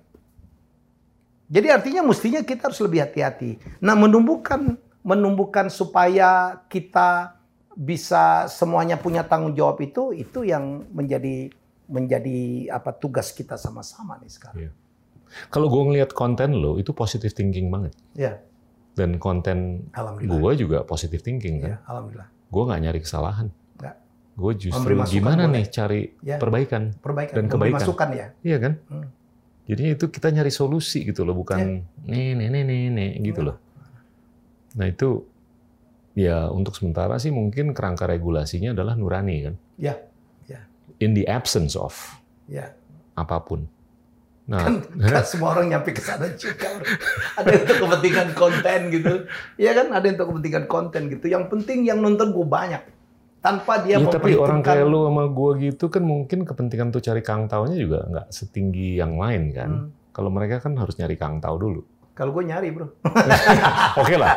Jadi artinya mestinya kita harus lebih hati-hati. Nah, menumbuhkan supaya kita bisa semuanya punya tanggung jawab itu yang menjadi tugas kita sama-sama nih sekarang. Kalau gue ngelihat konten lo itu positive thinking banget. Dan konten gue juga positive thinking kan. Alhamdulillah. Gue nggak nyari kesalahan. Gue justru gimana nih cari perbaikan dan kebaikan. Masukan ya. Iya kan? Jadi itu kita nyari solusi gitu loh, bukan nih gitu loh. Nah itu ya untuk sementara sih mungkin kerangka regulasinya adalah nurani kan. In the absence of apapun. Nah, kan semua orang nyampe ke sana juga. Ada yang untuk kepentingan konten gitu. Iya kan, ada yang untuk kepentingan konten gitu. Yang penting yang nonton gue banyak. Tanpa dia tapi orang kayak lu sama gue gitu kan mungkin kepentingan tuh cari Kang Taunya juga nggak setinggi yang lain kan. Kalau mereka kan harus nyari Kang Tau dulu. Kalau gue nyari bro. Oke lah.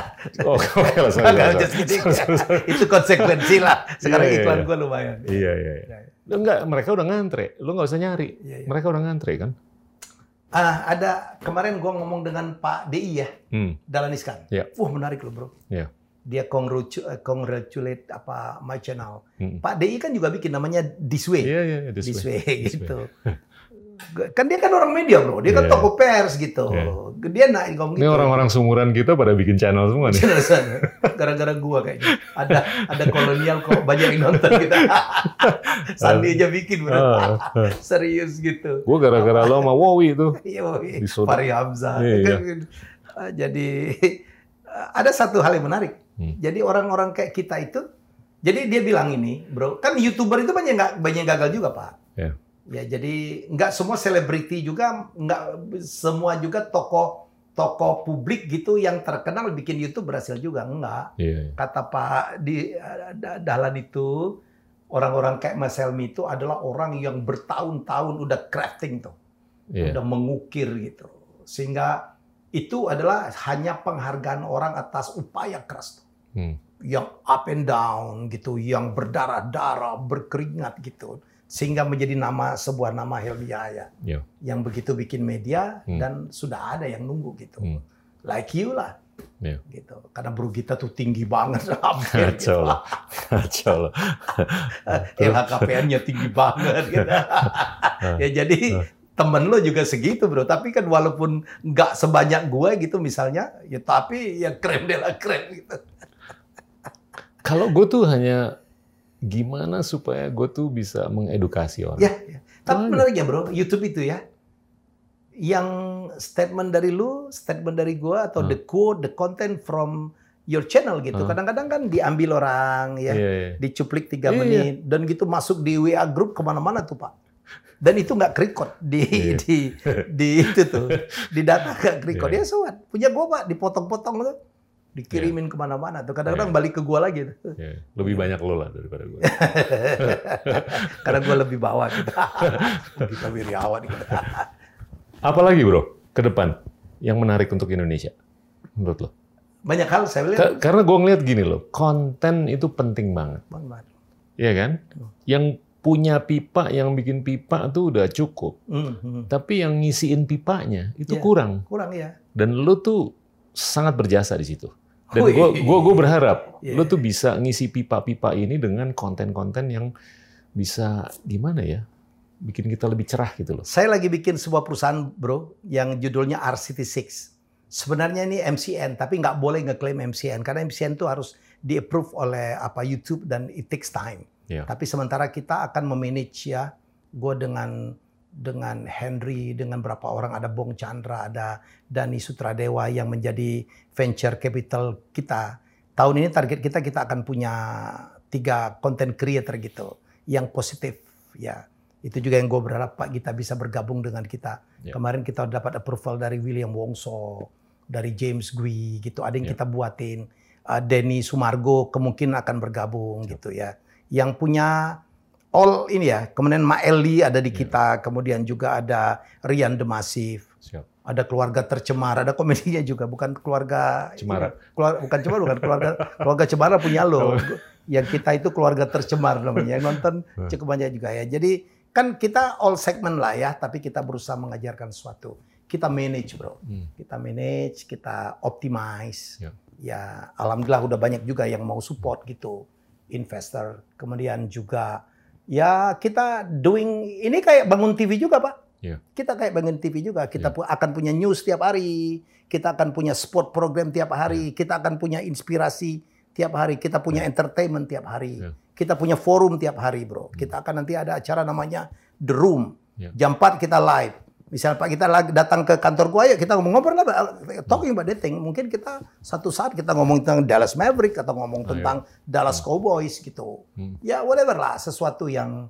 Itu konsekuensi lah. Sekarang iklan gue lumayan. Iya. Enggak, mereka udah ngantre. Lu nggak usah nyari. Mereka udah ngantre kan. Ada kemarin gue ngomong dengan Pak DI ya. Dahlan Iskan. Menarik loh bro. Dia congratulate my channel. Pak DI kan juga bikin namanya This Way. This Way gitu. Kan dia kan orang media bro, dia kan tokoh pers gitu. Dia ngomong gitu. Ini orang-orang seumuran kita pada bikin channel semua nih. Gara-gara gua kayaknya. Ada kolonial kok banyak yang nonton kita. Sandi aja bikin bro. Serius gitu. Gua gara-gara lo sama Wowi itu. Iya Wowi. Fahri Hamzah. Jadi ada satu hal yang menarik. Jadi orang-orang kayak kita itu, jadi dia bilang ini, bro, kan YouTuber itu banyak gagal juga, Pak. Ya, jadi nggak semua selebriti juga, nggak semua juga tokoh publik gitu yang terkenal bikin YouTube berhasil juga, enggak. Kata Pak Dahlan itu, orang-orang kayak Mas Helmy itu adalah orang yang bertahun-tahun udah crafting tuh, udah mengukir gitu. Sehingga itu adalah hanya penghargaan orang atas upaya keras tuh. Yang up and down gitu, yang berdarah-darah, berkeringat gitu. Sehingga menjadi sebuah nama Helmy Yahya. Yang begitu bikin media dan sudah ada yang nunggu gitu. Like you lah. Gitu. Karena bro kita tuh tinggi banget. Kacau lah. Kacau lah. LHKPN-nya tinggi banget. Gitu. Ya jadi temen lo juga segitu bro. Tapi kan walaupun nggak sebanyak gue gitu misalnya, ya tapi ya krem de la krem gitu. Kalau gue tuh hanya gimana supaya gue tuh bisa mengedukasi orang. Ya. Tapi menarik ya bro, YouTube itu ya. Yang statement dari lu, statement dari gua atau the quote, the content from your channel gitu. Kadang-kadang kan diambil orang ya, dicuplik 3 menit dan gitu masuk di WA group kemana-mana tuh Pak. Dan itu nggak record di itu tuh, di data nggak record. Ya sobat, punya gua Pak, dipotong-potong tuh, dikirimin kemana-mana tuh. Kadang-kadang balik ke gua lagi tuh. Lebih banyak lo lah daripada gua. Karena gua lebih bawah gitu. Kita Wiriawan gitu. Apalagi bro, ke depan yang menarik untuk Indonesia menurut lo? Banyak hal saya lihat. Karena gue ngeliat gini loh, konten itu penting banget. Iya kan? Yang punya pipa, yang bikin pipa itu udah cukup. Tapi yang ngisiin pipanya itu kurang. Kurang ya. Dan lo tuh sangat berjasa di situ. Dan gue berharap lo tuh bisa ngisi pipa-pipa ini dengan konten-konten yang bisa gimana ya? Bikin kita lebih cerah gitu loh. Saya lagi bikin sebuah perusahaan bro yang judulnya RCT6. Sebenarnya ini MCN tapi nggak boleh ngeklaim MCN karena MCN itu harus di-approve oleh YouTube dan it takes time. Tapi sementara kita akan memanage ya, gue dengan Henry, dengan berapa orang, ada Bong Chandra, ada Dani Sutradewa yang menjadi venture capital kita. Tahun ini target kita akan punya 3 content creator gitu yang positif ya. Itu juga yang gue berharap Pak Gita bisa bergabung dengan kita. Kemarin kita dapat approval dari William Wongso, dari James Gui gitu. Ada yang kita buatin. Denny Sumargo kemungkinan akan bergabung gitu ya. Yang punya all ini ya. Kemudian Maeli ada di kita. Kemudian juga ada Rian The Massive. Ada keluarga tercemar. Ada komedinya juga. Bukan keluarga Cemara. Bukan keluarga Cemara punya lo. Yang kita itu keluarga tercemar namanya. Yang nonton cukup banyak juga ya. Jadi kan kita all segment lah ya, tapi kita berusaha mengajarkan sesuatu. Kita manage bro, kita manage, kita optimize. Ya, alhamdulillah udah banyak juga yang mau support gitu, investor. Kemudian juga ya kita doing ini kayak bangun TV juga Pak. Kita kayak bangun TV juga. Kita akan punya news tiap hari, kita akan punya sport program tiap hari, kita akan punya inspirasi tiap hari, kita punya entertainment tiap hari. Kita punya forum tiap hari, bro. Kita akan nanti ada acara namanya The Room. Jam 4 kita live. Misal Pak kita datang ke kantor gua, ya kita ngobrol lah, talking about that thing. Mungkin kita satu saat kita ngomong tentang Dallas Maverick atau ngomong tentang Dallas Cowboys gitu. Ya whatever lah, sesuatu yang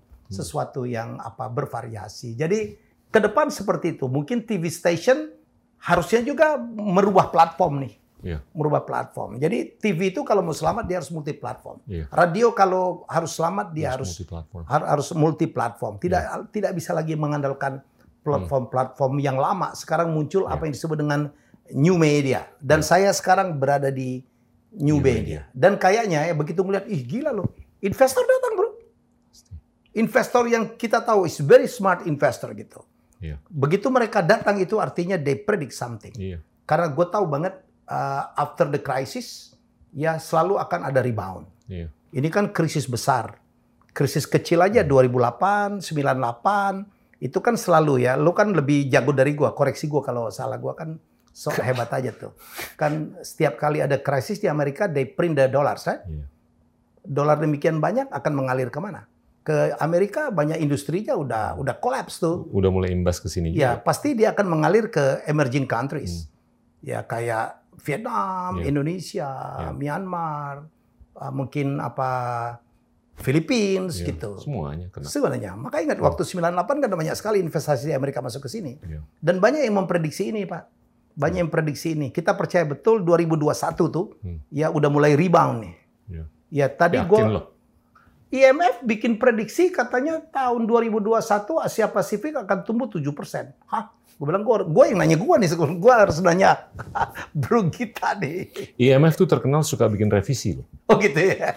bervariasi. Jadi ke depan seperti itu. Mungkin TV station harusnya juga merubah platform nih. Merubah platform. Jadi TV itu kalau mau selamat dia harus multi platform. Radio kalau harus selamat dia harus multi platform. Tidak bisa lagi mengandalkan platform-platform yang lama. Sekarang muncul apa yang disebut dengan new media. Dan saya sekarang berada di new media. Dan kayaknya ya begitu melihat, ih gila loh. Investor datang bro. Investor yang kita tahu is very smart investor gitu. Begitu mereka datang itu artinya they predict something. Karena gue tahu banget after the crisis, ya selalu akan ada rebound. Ini kan krisis besar. Krisis kecil aja 2008, 98, itu kan selalu ya. Lu kan lebih jago dari gua, koreksi gua kalau salah. Gua kan sok hebat aja tuh. Kan setiap kali ada krisis di Amerika, they print the dollars, right? Dolar demikian banyak akan mengalir kemana? Ke Amerika banyak industrinya udah collapse tuh. Udah mulai imbas ke sini juga. Ya, pasti dia akan mengalir ke emerging countries. Ya kayak Vietnam, Indonesia, Myanmar, mungkin Philippines gitu. Semuanya kena. Sebenarnya. Maka ingat waktu 98 kan banyak sekali investasi di Amerika masuk ke sini. Dan banyak yang memprediksi ini, Pak. Banyak yang prediksi ini. Kita percaya betul 2021 tuh ya udah mulai rebound nih. Ya tadi IMF bikin prediksi katanya tahun 2021 Asia Pasifik akan tumbuh 7%. Hah? Gue bilang, gue yang nanya gue nih, gue harus nanya bro kita nih. IMF tuh terkenal suka bikin revisi loh. Oh gitu ya.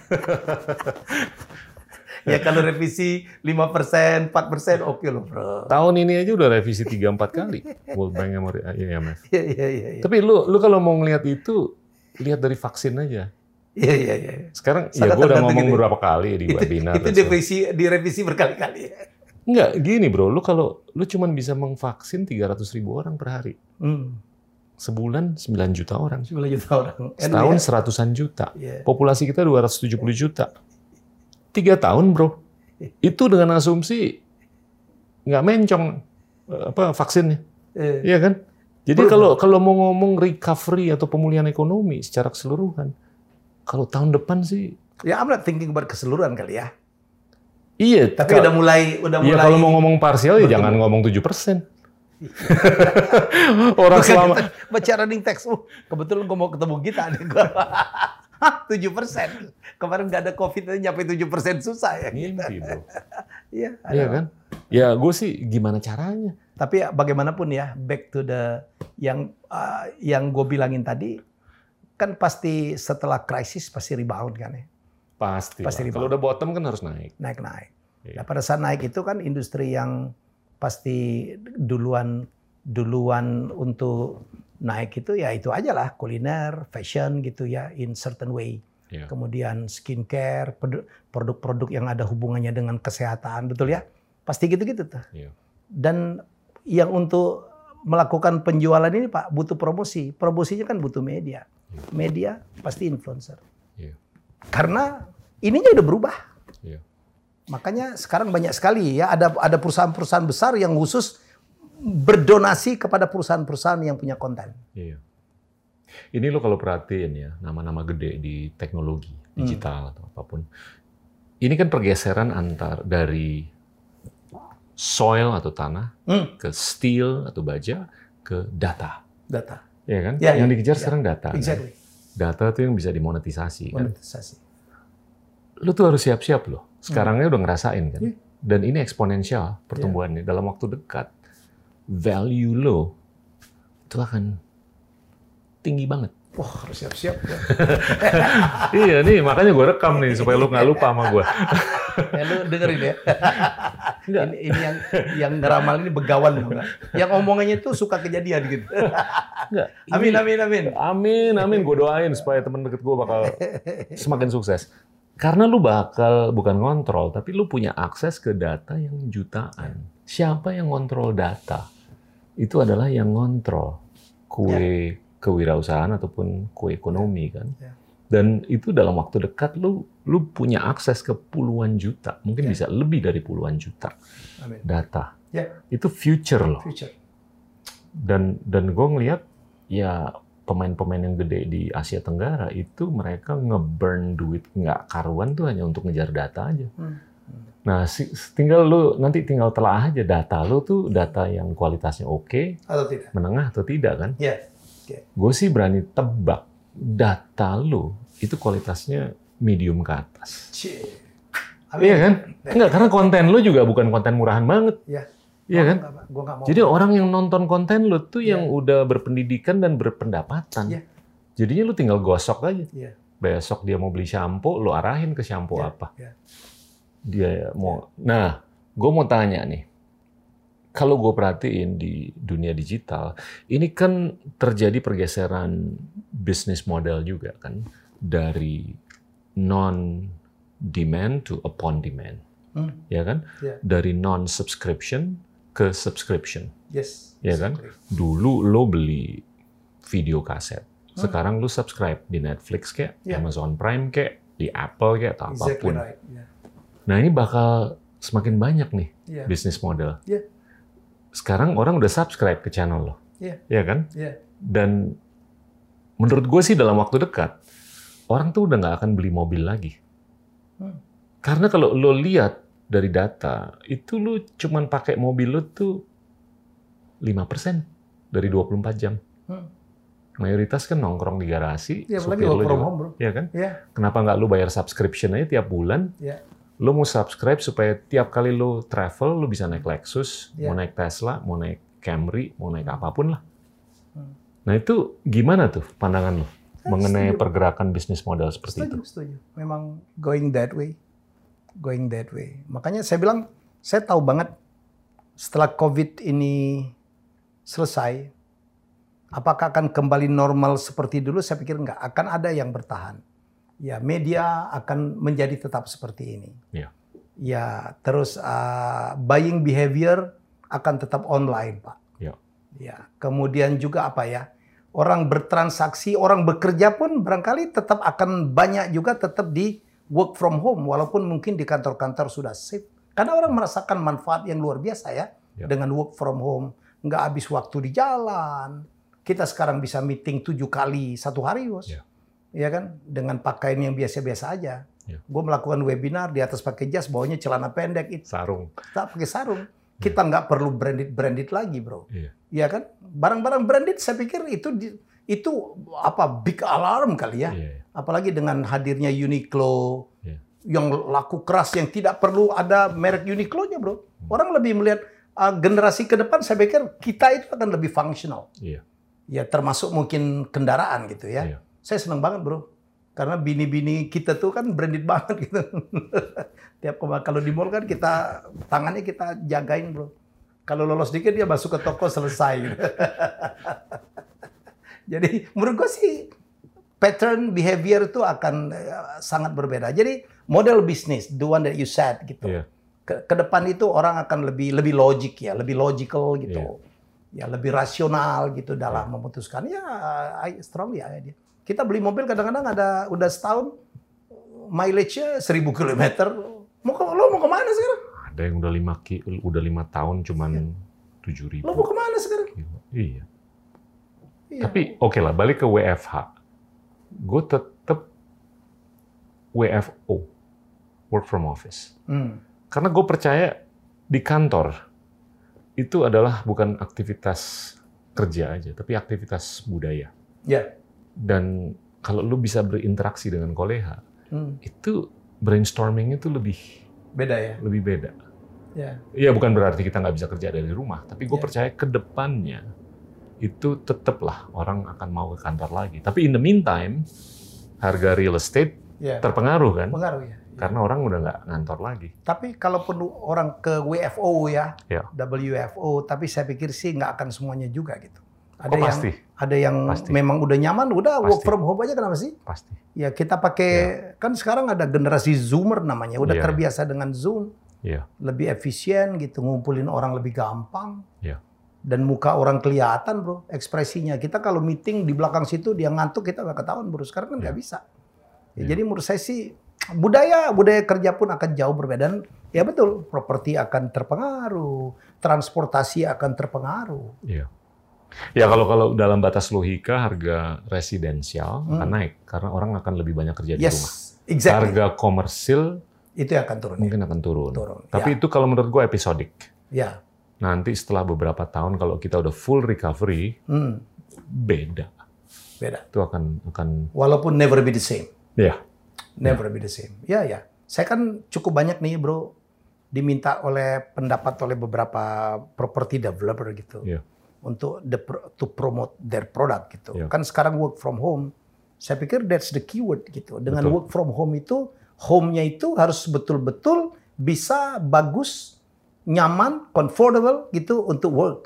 Ya kalau revisi 5%, 4% oke loh bro. Tahun ini aja udah revisi 3-4 kali World Bank sama IMF. Iya. Tapi lu kalau mau ngelihat itu, lihat dari vaksin aja. Iya. Sekarang Sangat ya gue udah tergantung ngomong gitu. beberapa kali di webinar. Itu direvisi berkali-kali. Enggak, gini bro, lu cuman bisa memvaksin 300.000 orang per hari. Sebulan 9 juta orang. 9 juta orang. Setahun seratusan juta. Populasi kita 270 juta. 3 tahun bro. Itu dengan asumsi nggak mencong vaksinnya. Iya kan? Jadi kalau mau ngomong recovery atau pemulihan ekonomi secara keseluruhan, kalau tahun depan sih. Ya, I'm not thinking about keseluruhan kali ya. Iya. Tapi udah mulai. Iya, kalau mau ngomong parsial ya jangan ngomong 7%. Orang selama baca running text. Kebetulan gue mau ketemu kita nih. 7%. Kemarin nggak ada COVID nyampe 7% susah ya. Mimpi, bro. Iya kan? Ya gue sih gimana caranya. Tapi bagaimanapun ya, back to the yang gue bilangin tadi, kan pasti setelah krisis pasti rebound kan ya. Pasti kalau udah bottom kan harus naik. Naik. Nah, pada saat naik itu kan industri yang pasti duluan untuk naik itu ya itu aja lah, kuliner, fashion gitu ya, in certain way. Yeah. Kemudian skincare, produk-produk yang ada hubungannya dengan kesehatan, betul ya? Pasti gitu-gitu tuh. Yeah. Dan yang untuk melakukan penjualan ini Pak butuh promosi. Promosinya kan butuh media. Media pasti influencer. Yeah. Karena ininya udah berubah. Yeah. Makanya sekarang banyak sekali ya ada perusahaan-perusahaan besar yang khusus berdonasi kepada perusahaan-perusahaan yang punya konten. Iya. Ini lo kalau perhatiin ya, nama-nama gede di teknologi, digital atau apapun. Ini kan pergeseran dari soil atau tanah ke steel atau baja ke data. Data. Iya kan? Ya, yang dikejar sekarang data. Exactly. Kan? Data itu yang bisa dimonetisasi. Monetisasi. Kan? Lo tuh harus siap-siap loh. Sekarangnya udah ngerasain kan. Dan ini eksponensial pertumbuhannya. Dalam waktu dekat, value lo itu akan tinggi banget. Wah, harus siap-siap. Ya. Iya nih, makanya gue rekam nih supaya lo nggak lupa sama gue. Ya, lu dengerin ya. ini yang ngeramal ini begawan loh. Yang omongannya tuh suka kejadian gitu. Enggak. Amin. Gue doain supaya teman deket gue bakal semakin sukses. Karena lu bakal bukan ngontrol, tapi lu punya akses ke data yang jutaan. Siapa yang ngontrol data? Itu adalah yang ngontrol kue kewirausahaan ataupun kue ekonomi kan. Dan itu dalam waktu dekat lu punya akses ke puluhan juta, mungkin bisa lebih dari puluhan juta data. Itu future loh. Dan gue ngelihat ya pemain-pemain yang gede di Asia Tenggara itu mereka nge-burn duit nggak karuan tuh hanya untuk ngejar data aja. Nah, nanti tinggal telah aja data lu tuh data yang kualitasnya oke, atau tidak, menengah atau tidak kan? Gue sih berani tebak data lu itu kualitasnya medium ke atas. Iya kan? Enggak, karena konten lu juga bukan konten murahan banget. Iya kan? Gua nggak mau. Jadi orang yang nonton konten lu tuh yang udah berpendidikan dan berpendapatan. Jadinya lu tinggal gosok aja. Besok dia mau beli shampoo, lu arahin ke shampoo apa. Dia mau. Nah, gue mau tanya nih. Kalau gue perhatiin di dunia digital, ini kan terjadi pergeseran bisnis model juga kan, dari non-demand to upon demand, ya kan? Dari non-subscription ke subscription, ya kan? Dulu lo beli video kaset, sekarang lo subscribe di Netflix kayak, Amazon Prime kayak, di Apple kayak, atau apapun. Nah ini bakal semakin banyak nih bisnis model. Sekarang orang udah subscribe ke channel lo, ya kan? Dan menurut gue sih dalam waktu dekat, orang tuh udah nggak akan beli mobil lagi. Karena kalau lo lihat dari data, itu lo cuman pakai mobil lo tuh 5% dari 24 jam. mayoritas kan nongkrong di garasi. Ya, apalagi supir work lu from juga, home, bro. ya kan? Ya, Kenapa nggak lu bayar subscription aja tiap bulan? ya, Lu mau subscribe supaya tiap kali lu travel, lu bisa naik Lexus, Ya. mau naik Tesla, mau naik Camry, mau naik apapun lah. Hmm. Nah itu gimana tuh pandangan lu mengenai setuju. pergerakan bisnis model seperti itu? Setuju. Memang going that way. Makanya saya bilang, saya tahu banget setelah COVID ini selesai, apakah akan kembali normal seperti dulu? Saya pikir enggak. Akan ada yang bertahan. Ya, media akan menjadi tetap seperti ini. Ya. Ya, terus buying behavior akan tetap online, Pak. Ya. Ya, kemudian juga apa ya? Orang bertransaksi, orang bekerja pun barangkali tetap akan banyak juga tetap di work from home, walaupun mungkin di kantor-kantor sudah safe. Karena orang merasakan manfaat yang luar biasa ya, dengan work from home. Nggak habis waktu di jalan. Kita sekarang bisa meeting 7 kali satu hari, Bos. Ya kan? Dengan pakaian yang biasa-biasa aja. Gue melakukan webinar di atas pakai jas, bawahnya celana pendek. Sarung. Tak pakai sarung. Kita nggak perlu branded lagi, bro. Iya kan? Barang-barang branded saya pikir itu apa big alarm kali ya. Apalagi dengan hadirnya Uniqlo yang laku keras yang tidak perlu ada merek Uniqlo-nya, bro. Orang lebih melihat generasi ke depan saya pikir kita itu akan lebih fungsional. Ya termasuk mungkin kendaraan gitu ya. Saya senang banget, bro. Karena bini-bini kita tuh kan branded banget gitu. Kalau di mall kan tangannya kita jagain, bro. Kalau lolos dikit dia masuk ke toko selesai. Gitu. Jadi menurut gue sih pattern behavior itu akan sangat berbeda. Jadi model bisnis, the one that you said gitu. Ke depan itu orang akan lebih logik ya, lebih logical gitu. Ya lebih rasional gitu dalam memutuskan. Ya I strongly idea. Kita beli mobil kadang-kadang udah setahun mileage-nya 1.000 km. Lo mau kemana sekarang? Ada yang udah 5 tahun cuman 7.000. Lo mau kemana sekarang? Iya. Tapi oke lah, balik ke WFH. Gue tetap WFO, work from office. Karena gue percaya di kantor itu adalah bukan aktivitas kerja aja, tapi aktivitas budaya. Dan kalau lu bisa berinteraksi dengan kolega, itu brainstorming itu lebih beda ya. Lebih beda. Iya, bukan berarti kita nggak bisa kerja dari rumah, tapi gue percaya ke depannya itu tetaplah orang akan mau ke kantor lagi. Tapi in the meantime, harga real estate terpengaruh kan? Pengaruh ya. Karena orang udah nggak ngantor lagi. Tapi kalau perlu orang ke WFO ya, ya, WFO, tapi saya pikir sih nggak akan semuanya juga gitu. Ada yang memang udah nyaman, udah pasti. Work from home aja kenapa sih? Pasti. Ya kita pakai, kan sekarang ada generasi Zoomer namanya, udah terbiasa dengan Zoom. Lebih efisien gitu, ngumpulin orang lebih gampang. Dan muka orang kelihatan, bro, ekspresinya. Kita kalau meeting di belakang situ dia ngantuk, kita nggak ketahuan, bro. Sekarang kan nggak bisa. Jadi menurut saya sih budaya kerja pun akan jauh berbeda. Dan ya betul, properti akan terpengaruh, transportasi akan terpengaruh. Ya kalau dalam batas logika harga residensial akan naik karena orang akan lebih banyak kerja di rumah. Exactly. Harga komersil itu akan turun. Mungkin akan turun. Tapi itu kalau menurut gue episodik. Nanti setelah beberapa tahun kalau kita udah full recovery, beda. Itu akan walaupun never be the same. Never be the same. Saya kan cukup banyak nih, bro, diminta pendapat oleh beberapa property developer gitu. Untuk to promote their product gitu. Kan sekarang work from home. Saya pikir that's the keyword gitu. Dengan work from home itu, home-nya itu harus betul-betul bisa bagus, nyaman, comfortable gitu untuk work.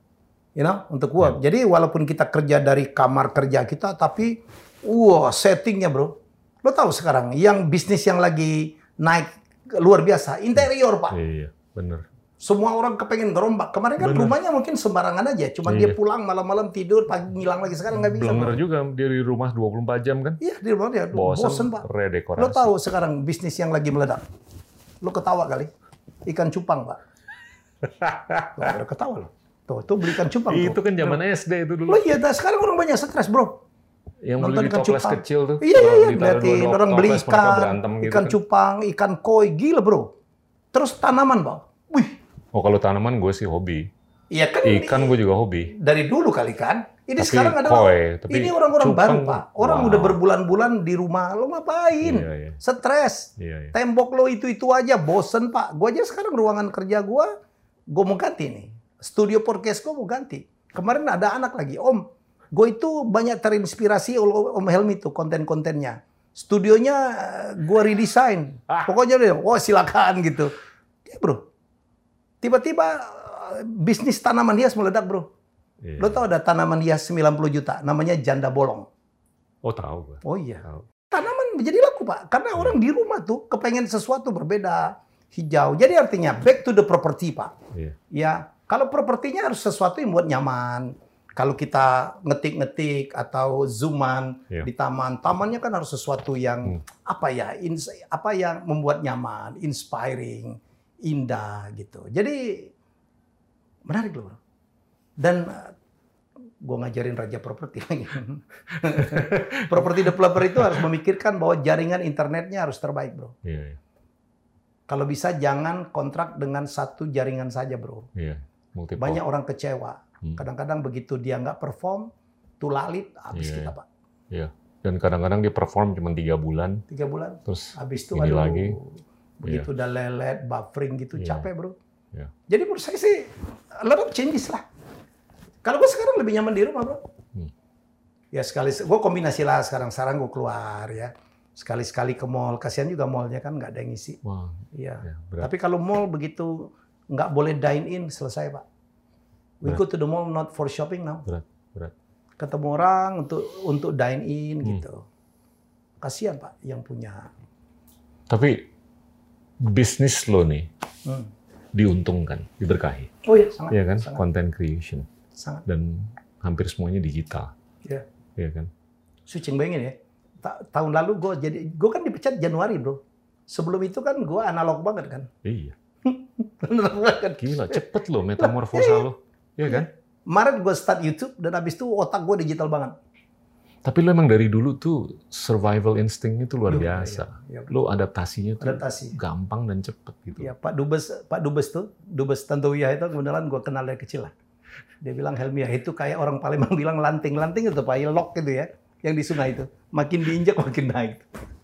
Untuk work. Jadi walaupun kita kerja dari kamar kerja kita, tapi settingnya, bro. Lo tahu sekarang yang bisnis yang lagi naik luar biasa, interior, Pak. Iya, bener. Semua orang kepengen gerombak. Kemarin kan rumahnya mungkin sembarangan aja. Cuma dia pulang malam-malam tidur, pagi ngilang lagi. Sekarang nggak bisa. Bener juga, dia di rumah 24 jam kan? Iya, di rumah dia. Bosen, Pak. Redekorasi. Lo tahu sekarang bisnis yang lagi meledak? Lo ketawa kali? Ikan cupang, Pak. Lo udah ketawa lo. Tuh beli ikan cupang. Itu kan zaman SD itu dulu. Lo iya, sekarang orang banyak stres, bro. Yang beli di toples kecil tuh. Iya. Lihatin orang beli ikan cupang, ikan koi. Gila, bro. Terus tanaman, Bang. Wih. Oh, kalau tanaman gue sih hobi. Iya kan. Ikan gue juga hobi. Dari dulu kali kan. Ini Tapi sekarang adalah tapi ini orang-orang baru, cupang, Pak. Orang wow. udah berbulan-bulan di rumah, lo ngapain? Iya, iya. Stres. Iya, iya. Tembok lo itu aja, bosen, Pak. Gue aja sekarang ruangan kerja gue mau ganti nih. Studio podcast gue mau ganti. Kemarin ada anak lagi, Om. Gue itu banyak terinspirasi oleh Om Helmi tuh konten-kontennya. Studionya gue redesign. Pokoknya dia, oh silakan gitu. Ya bro, tiba-tiba bisnis tanaman hias meledak bro. Iya. Lo tau ada tanaman hias 90 juta, namanya janda bolong. Oh tahu gue. Oh iya. Tahu. Tanaman menjadi laku Pak, karena orang di rumah tuh kepengen sesuatu berbeda, hijau. Jadi artinya back to the property Pak. Iya. Ya, kalau propertinya harus sesuatu yang buat nyaman. Kalau kita ngetik-ngetik atau zooman Iya. di taman, tamannya kan harus sesuatu yang apa yang membuat nyaman, inspiring, indah gitu. Jadi menarik loh. Dan gue ngajarin raja properti lagi. Property developer itu harus memikirkan bahwa jaringan internetnya harus terbaik, bro. Iya. Kalau bisa jangan kontrak dengan satu jaringan saja, bro. Iya. Multiple. Banyak orang kecewa. Kadang-kadang begitu dia nggak perform, tulalit, habis kita, Pak. Iya. Dan kadang-kadang dia perform cuma 3 bulan. 3 bulan. Terus habis itu ini lagi. Begitu udah lelet, buffering gitu, capek, bro. Iya. Jadi menurut saya sih, a lot of changes lah. Kalau gue sekarang lebih nyaman di rumah, bro. Ya gue kombinasi lah sekarang gue keluar ya. Sekali-sekali ke mall. Kasihan juga mallnya kan nggak ada yang ngisi. Wah. Iya. Ya, tapi kalau mall begitu nggak boleh dine in, selesai Pak. We go to the mall not for shopping now. Berat. Ketemu orang untuk dine in gitu. Kasihan Pak yang punya. Tapi bisnis lo nih diuntungkan, diberkahi. Oh iya, sangat. Iya kan? Sangat. Content creation. Sangat. Dan hampir semuanya digital. Iya. Iya kan? Sucing bayangin ya. Tahun lalu gue kan dipecat Januari, bro. Sebelum itu kan gue analog banget kan. Iya. Analog banget. Gila, cepet lo metamorfosa lo. Iya kan? Maret gue start YouTube dan habis itu otak gue digital banget. Tapi lo emang dari dulu tuh survival instinct itu luar biasa. Iya. Lo adaptasinya tuh Adaptasi. gampang dan cepet gitu. Ya, Pak Dubes Tantowi itu kebenaran gue kenal dari kecil lah. Dia bilang Helmi itu kayak orang Palembang bilang lanting itu Pak, lok gitu ya, yang di sungai itu. Makin diinjak makin naik.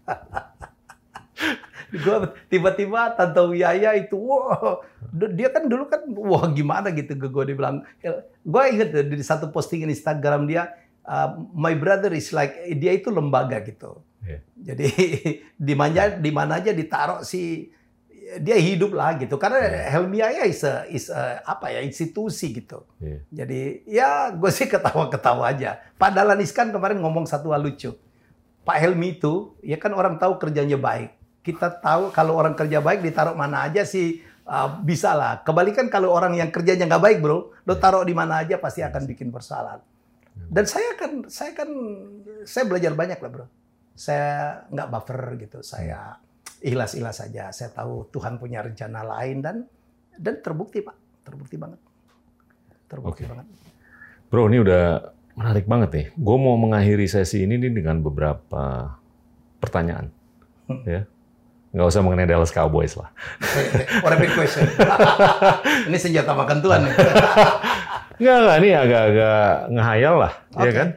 Gue tiba-tiba Tantowi itu, wow, dia kan dulu kan, wah gimana gitu gue dibilang. Gue inget di satu postingan Instagram dia, my brother is like, dia itu lembaga gitu. Yeah. Jadi di mana aja ditaruh si dia hidup lah gitu. Karena Helmi Yahya is apa ya, institusi gitu. Yeah. Jadi ya gue sih ketawa-ketawa aja. Pak Dahlan Iskan kemarin ngomong satu hal lucu. Pak Helmi itu ya kan orang tahu kerjanya baik. Kita tahu kalau orang kerja baik ditaruh mana aja sih bisa lah. Kebalikan kalau orang yang kerjanya nggak baik bro, lo taruh di mana aja pasti akan bikin persoalan. Dan saya belajar banyak lah bro. Saya nggak buffer gitu. Saya ikhlas-ikhlas saja. Saya tahu Tuhan punya rencana lain dan terbukti Pak, terbukti banget, banget. Bro, ini udah menarik banget nih. Gue mau mengakhiri sesi ini nih dengan beberapa pertanyaan, ya. Nggak usah mengenai Dallas Cowboys lah. Rapid question. Ini senjata makan Tuhan nih. Nggak, ini agak-agak ngehayal lah, ya kan?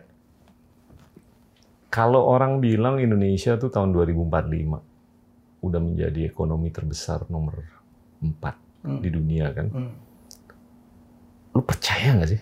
Kalau orang bilang Indonesia tuh tahun 2045 udah menjadi ekonomi terbesar nomor 4 di dunia kan. Lu percaya nggak sih?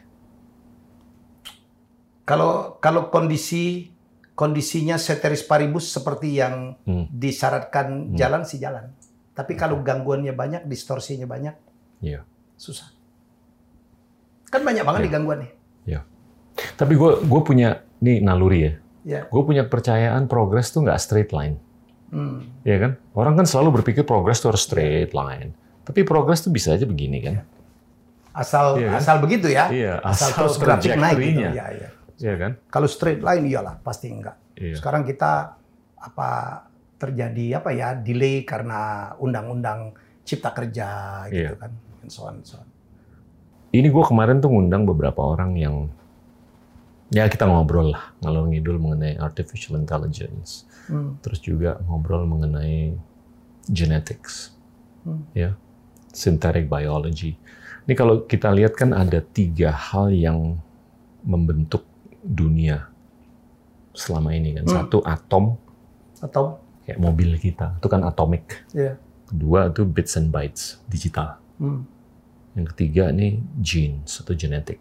Kalau kondisinya ceteris paribus seperti yang disyaratkan jalan sih jalan. Tapi kalau gangguannya banyak, distorsinya banyak, susah. Kan banyak banget nih gangguan nih. Iya. Tapi gue punya nih naluri ya. Gue punya kepercayaan progres tuh nggak straight line. Iya kan? Orang kan selalu berpikir progres tuh harus straight line. Tapi progres tuh bisa aja begini kan? Asal begitu ya? Iya, asal terus grafik naik gitu. Iya kan? Kalau straight line iyalah pasti enggak. Iya. Sekarang kita terjadi delay karena undang-undang cipta kerja gitu kan, and so on. Ini gue kemarin tuh ngundang beberapa orang yang ya kita ngobrol lah ngalor ngidul mengenai artificial intelligence, terus juga ngobrol mengenai genetics, ya, synthetic biology. Ini kalau kita lihat kan ada 3 hal yang membentuk dunia selama ini kan. Satu atom kayak mobil kita, itu kan atomic. Kedua itu bits and bytes, digital. Yang ketiga ini genes atau genetic.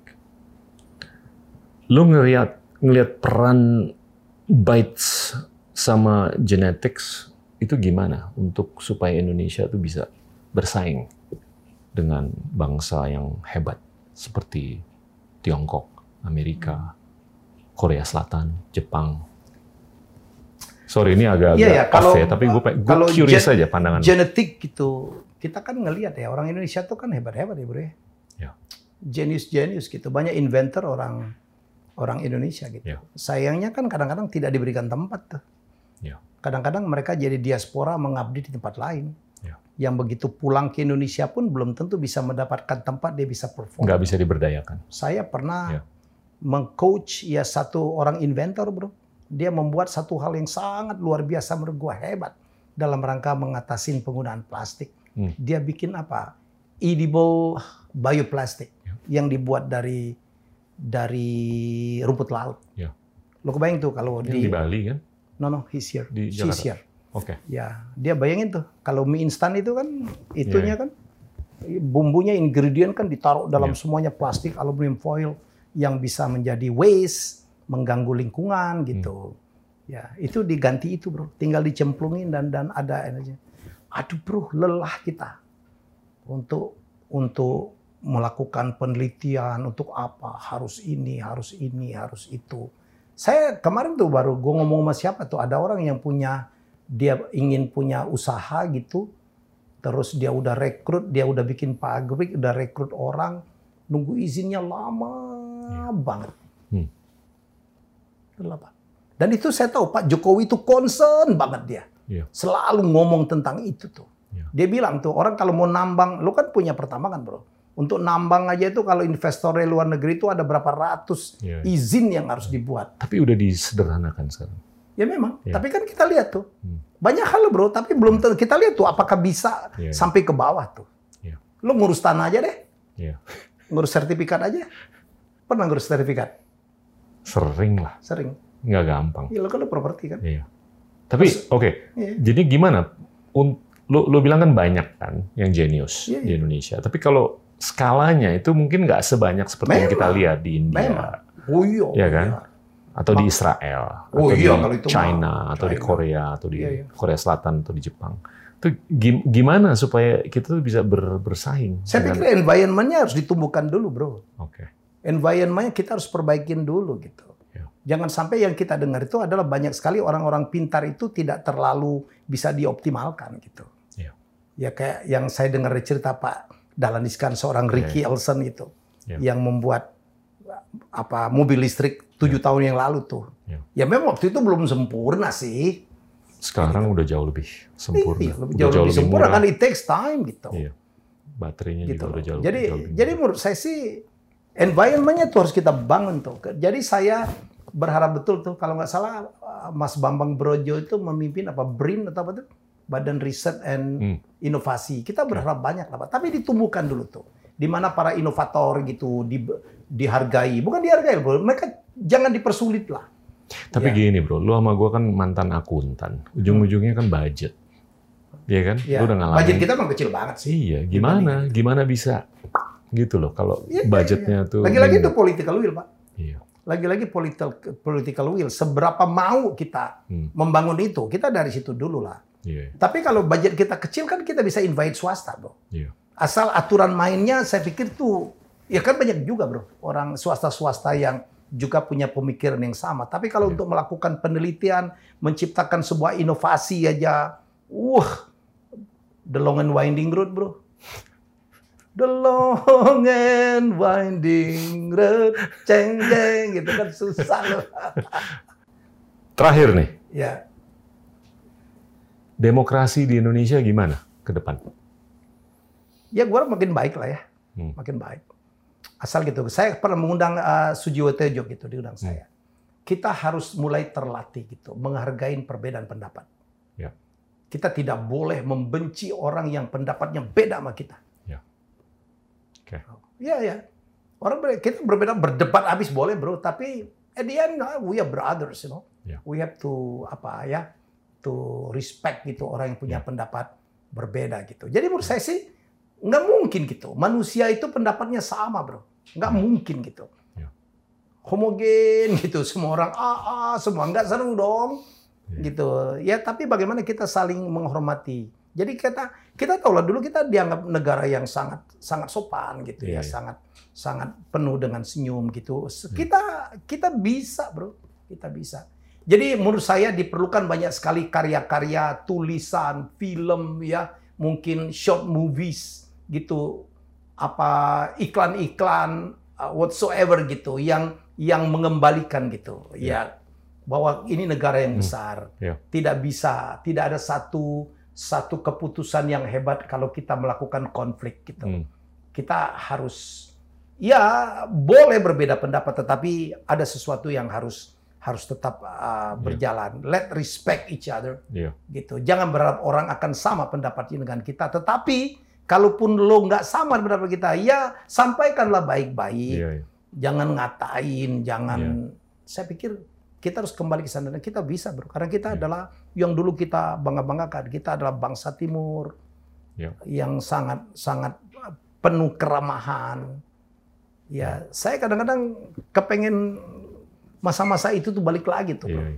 Lu ngelihat peran bytes sama genetics itu gimana untuk supaya Indonesia itu bisa bersaing dengan bangsa yang hebat seperti Tiongkok, Amerika, Korea Selatan, Jepang. Sorry, ini agak-agak off ya, tapi gue curious aja pandangan. Genetik gitu, kita kan ngelihat ya, orang Indonesia tuh kan hebat-hebat ya bro ya. Jenius gitu, banyak inventor orang Indonesia gitu. Sayangnya kan kadang-kadang tidak diberikan tempat tuh. Kadang-kadang mereka jadi diaspora mengabdi di tempat lain. Yang begitu pulang ke Indonesia pun belum tentu bisa mendapatkan tempat dia bisa perform. Nggak bisa diberdayakan. Saya pernah meng-coach ya satu orang inventor bro. Dia membuat satu hal yang sangat luar biasa menurut gua hebat dalam rangka mengatasi penggunaan plastik. Dia bikin apa? Edible bioplastic yang dibuat dari rumput laut. Lo kebayang tuh kalau di Bali kan? No, he's here. She's here. Oke. Ya, dia bayangin tuh kalau mie instan itu kan itunya kan bumbunya ingredient kan ditaruh dalam semuanya plastik aluminium foil yang bisa menjadi waste, mengganggu lingkungan gitu. Ya, itu diganti itu, bro. Tinggal dicemplungin dan ada energi. Aduh, bro, lelah kita untuk melakukan penelitian untuk apa? Harus ini, harus itu. Saya kemarin tuh baru gue ngomong sama siapa tuh, ada orang yang dia ingin punya usaha gitu. Terus dia udah rekrut, dia udah bikin pabrik, udah rekrut orang, nunggu izinnya lama banget. Dan itu saya tahu Pak Jokowi itu concern banget dia. Selalu ngomong tentang itu tuh. Dia bilang tuh, orang kalau mau nambang, lu kan punya pertambangan bro. Untuk nambang aja itu kalau investor dari luar negeri itu ada berapa ratus izin yang harus dibuat. Tapi udah disederhanakan sekarang. Ya memang, tapi kan kita lihat tuh. Banyak hal bro, tapi belum kita lihat tuh apakah bisa sampai ke bawah tuh. Lu ngurus tanah aja deh. Ngurus sertifikat aja. Pernah ngurus sertifikat? Sering lah. Sering. Nggak gampang. Iya, lo kan properti kan. Tapi oke. Jadi gimana? Lo bilang kan banyak kan yang jenius di Indonesia. Tapi kalau skalanya itu mungkin nggak sebanyak seperti yang kita lihat di India. Oh iya. Ya kan? Atau di Israel, atau di China, atau di Korea, atau di Korea Selatan, atau di Jepang. Itu gimana supaya kita tuh bisa bersaing? Saya pikir environment-nya harus ditumbuhkan dulu, bro. Oke. Environment-nya kita harus perbaikin dulu gitu. Jangan sampai yang kita dengar itu adalah banyak sekali orang-orang pintar itu tidak terlalu bisa dioptimalkan gitu. Ya kayak yang saya dengar cerita Pak Dahlan Iskan, seorang Ricky Elson itu, yang membuat mobil listrik 7 tahun yang lalu tuh. Ya memang waktu itu belum sempurna sih. Sekarang udah jauh lebih sempurna. Jauh lebih sempurna kan, it takes time gitu. Baterainya gitu. Juga udah jauh lebih. Jadi menurut saya sih environment-nya tuh harus kita bangun tuh. Jadi saya berharap betul tuh, kalau nggak salah Mas Bambang Brojo itu memimpin BRIN atau apa tuh, Badan Riset and Inovasi. Kita berharap banyak lah Pak, tapi ditumbuhkan dulu tuh. Di mana para inovator gitu dihargai, bukan dihargai bro, mereka jangan dipersulit lah. Tapi gini bro, lu sama gue kan mantan akuntan, ujung-ujungnya kan budget, iya kan? Lu udah ngalamin. Budget kita emang kecil banget sih. Iya, gimana bisa gitu loh kalau budgetnya tuh. Lagi-lagi itu political will Pak. Iya. Lagi-lagi political will. Seberapa mau kita membangun itu, kita dari situ dulu lah. Tapi kalau budget kita kecil kan kita bisa invite swasta bro. Asal aturan mainnya saya pikir tuh, ya kan banyak juga bro, orang swasta-swasta yang juga punya pemikiran yang sama. Tapi kalau untuk melakukan penelitian, menciptakan sebuah inovasi aja, the long and winding road bro. The long and winding road, ceng-ceng, gitu kan susah loh. Terakhir nih, demokrasi di Indonesia gimana ke depan? Ya gue makin baik lah ya, makin baik. Asal gitu, saya pernah mengundang Sujiwo Tejo gitu, diundang saya. Kita harus mulai terlatih gitu, menghargai perbedaan pendapat. Kita tidak boleh membenci orang yang pendapatnya beda sama kita. Orang kita berbeda, berdebat habis boleh bro, tapi at the end we are brothers, you know. Yeah. We have to to respect gitu orang yang punya pendapat berbeda gitu. Jadi menurut saya sih nggak mungkin gitu. Manusia itu pendapatnya sama, bro. Nggak mungkin gitu. Homogen gitu, semua orang semua nggak seru dong. Gitu. Ya tapi bagaimana kita saling menghormati. Jadi kita tahu lah dulu kita dianggap negara yang sangat sopan gitu ya, sangat penuh dengan senyum gitu. Kita bisa, bro. Kita bisa. Jadi menurut saya diperlukan banyak sekali karya-karya, tulisan, film ya, mungkin short movies gitu, iklan-iklan whatsoever gitu yang mengembalikan gitu. Ya, bahwa ini negara yang besar. Tidak ada satu keputusan yang hebat kalau kita melakukan konflik gitu. Kita harus boleh berbeda pendapat, tetapi ada sesuatu yang harus tetap berjalan. Let respect each other. Gitu. Jangan berharap orang akan sama pendapatnya dengan kita, tetapi kalaupun lo nggak sama pendapat kita, ya sampaikanlah baik-baik. Jangan ngatain, jangan. Saya pikir kita harus kembali ke sana dan kita bisa, bro. Karena kita adalah yang dulu kita bangga-banggakan. Kita adalah bangsa Timur yang sangat penuh keramahan. Ya, saya kadang-kadang kepengen masa-masa itu tuh balik lagi tuh, bro.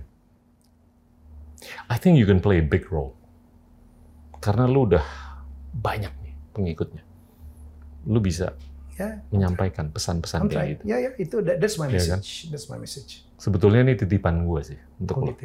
I think you can play a big role. Karena lu udah banyak nih pengikutnya. Lu bisa menyampaikan pesan-pesan kayak gitu. Ya, itu that's my message. That's my message. Sebetulnya ini titipan gue sih untuk lo. Gitu.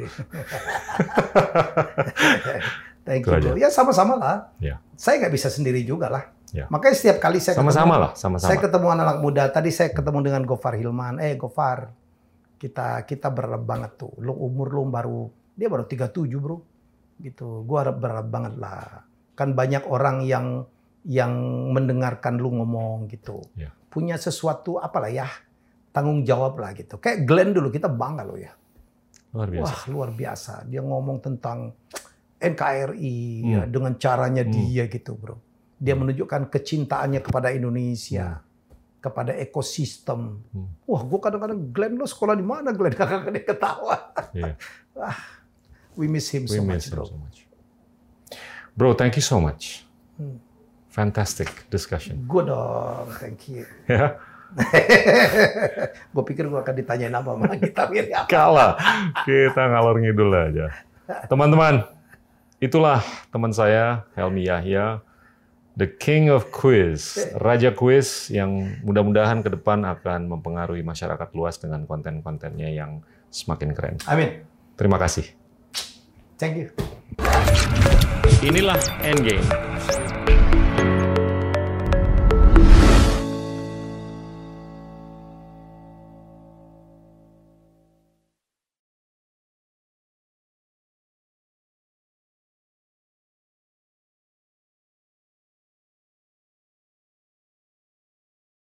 Thank you, bro. Ya sama-sama lah. Saya nggak bisa sendiri juga lah. Makanya setiap kali saya saya ketemu anak muda. Tadi saya ketemu dengan Gofar Hilman. Gofar, kita berharap banget tuh. Umur lu dia baru 37, bro. Gitu. Gua berharap banget lah. Kan banyak orang yang mendengarkan lu ngomong gitu. Punya sesuatu apalah ya. Tanggung jawab lah gitu. Kayak Glenn dulu, kita bangga loh ya. Luar biasa. Wah, luar biasa. Dia ngomong tentang NKRI ya, dengan caranya dia gitu, bro. Dia menunjukkan kecintaannya kepada Indonesia, kepada ekosistem. Wah, gue kadang-kadang, Glenn, lo sekolah di mana, Glenn? Kakak dia ketawa. We miss him so much, bro. Bro, thank you so much. Fantastic discussion. Good dong, thank you. Gue pikir gue akan ditanyain apa sama kita. Kalah, kita ngalor ngidul aja. Teman-teman, itulah teman saya, Helmy Yahya, the king of quiz, raja quiz yang mudah-mudahan ke depan akan mempengaruhi masyarakat luas dengan konten-kontennya yang semakin keren. Amin. Terima kasih. Thank you. Inilah Endgame.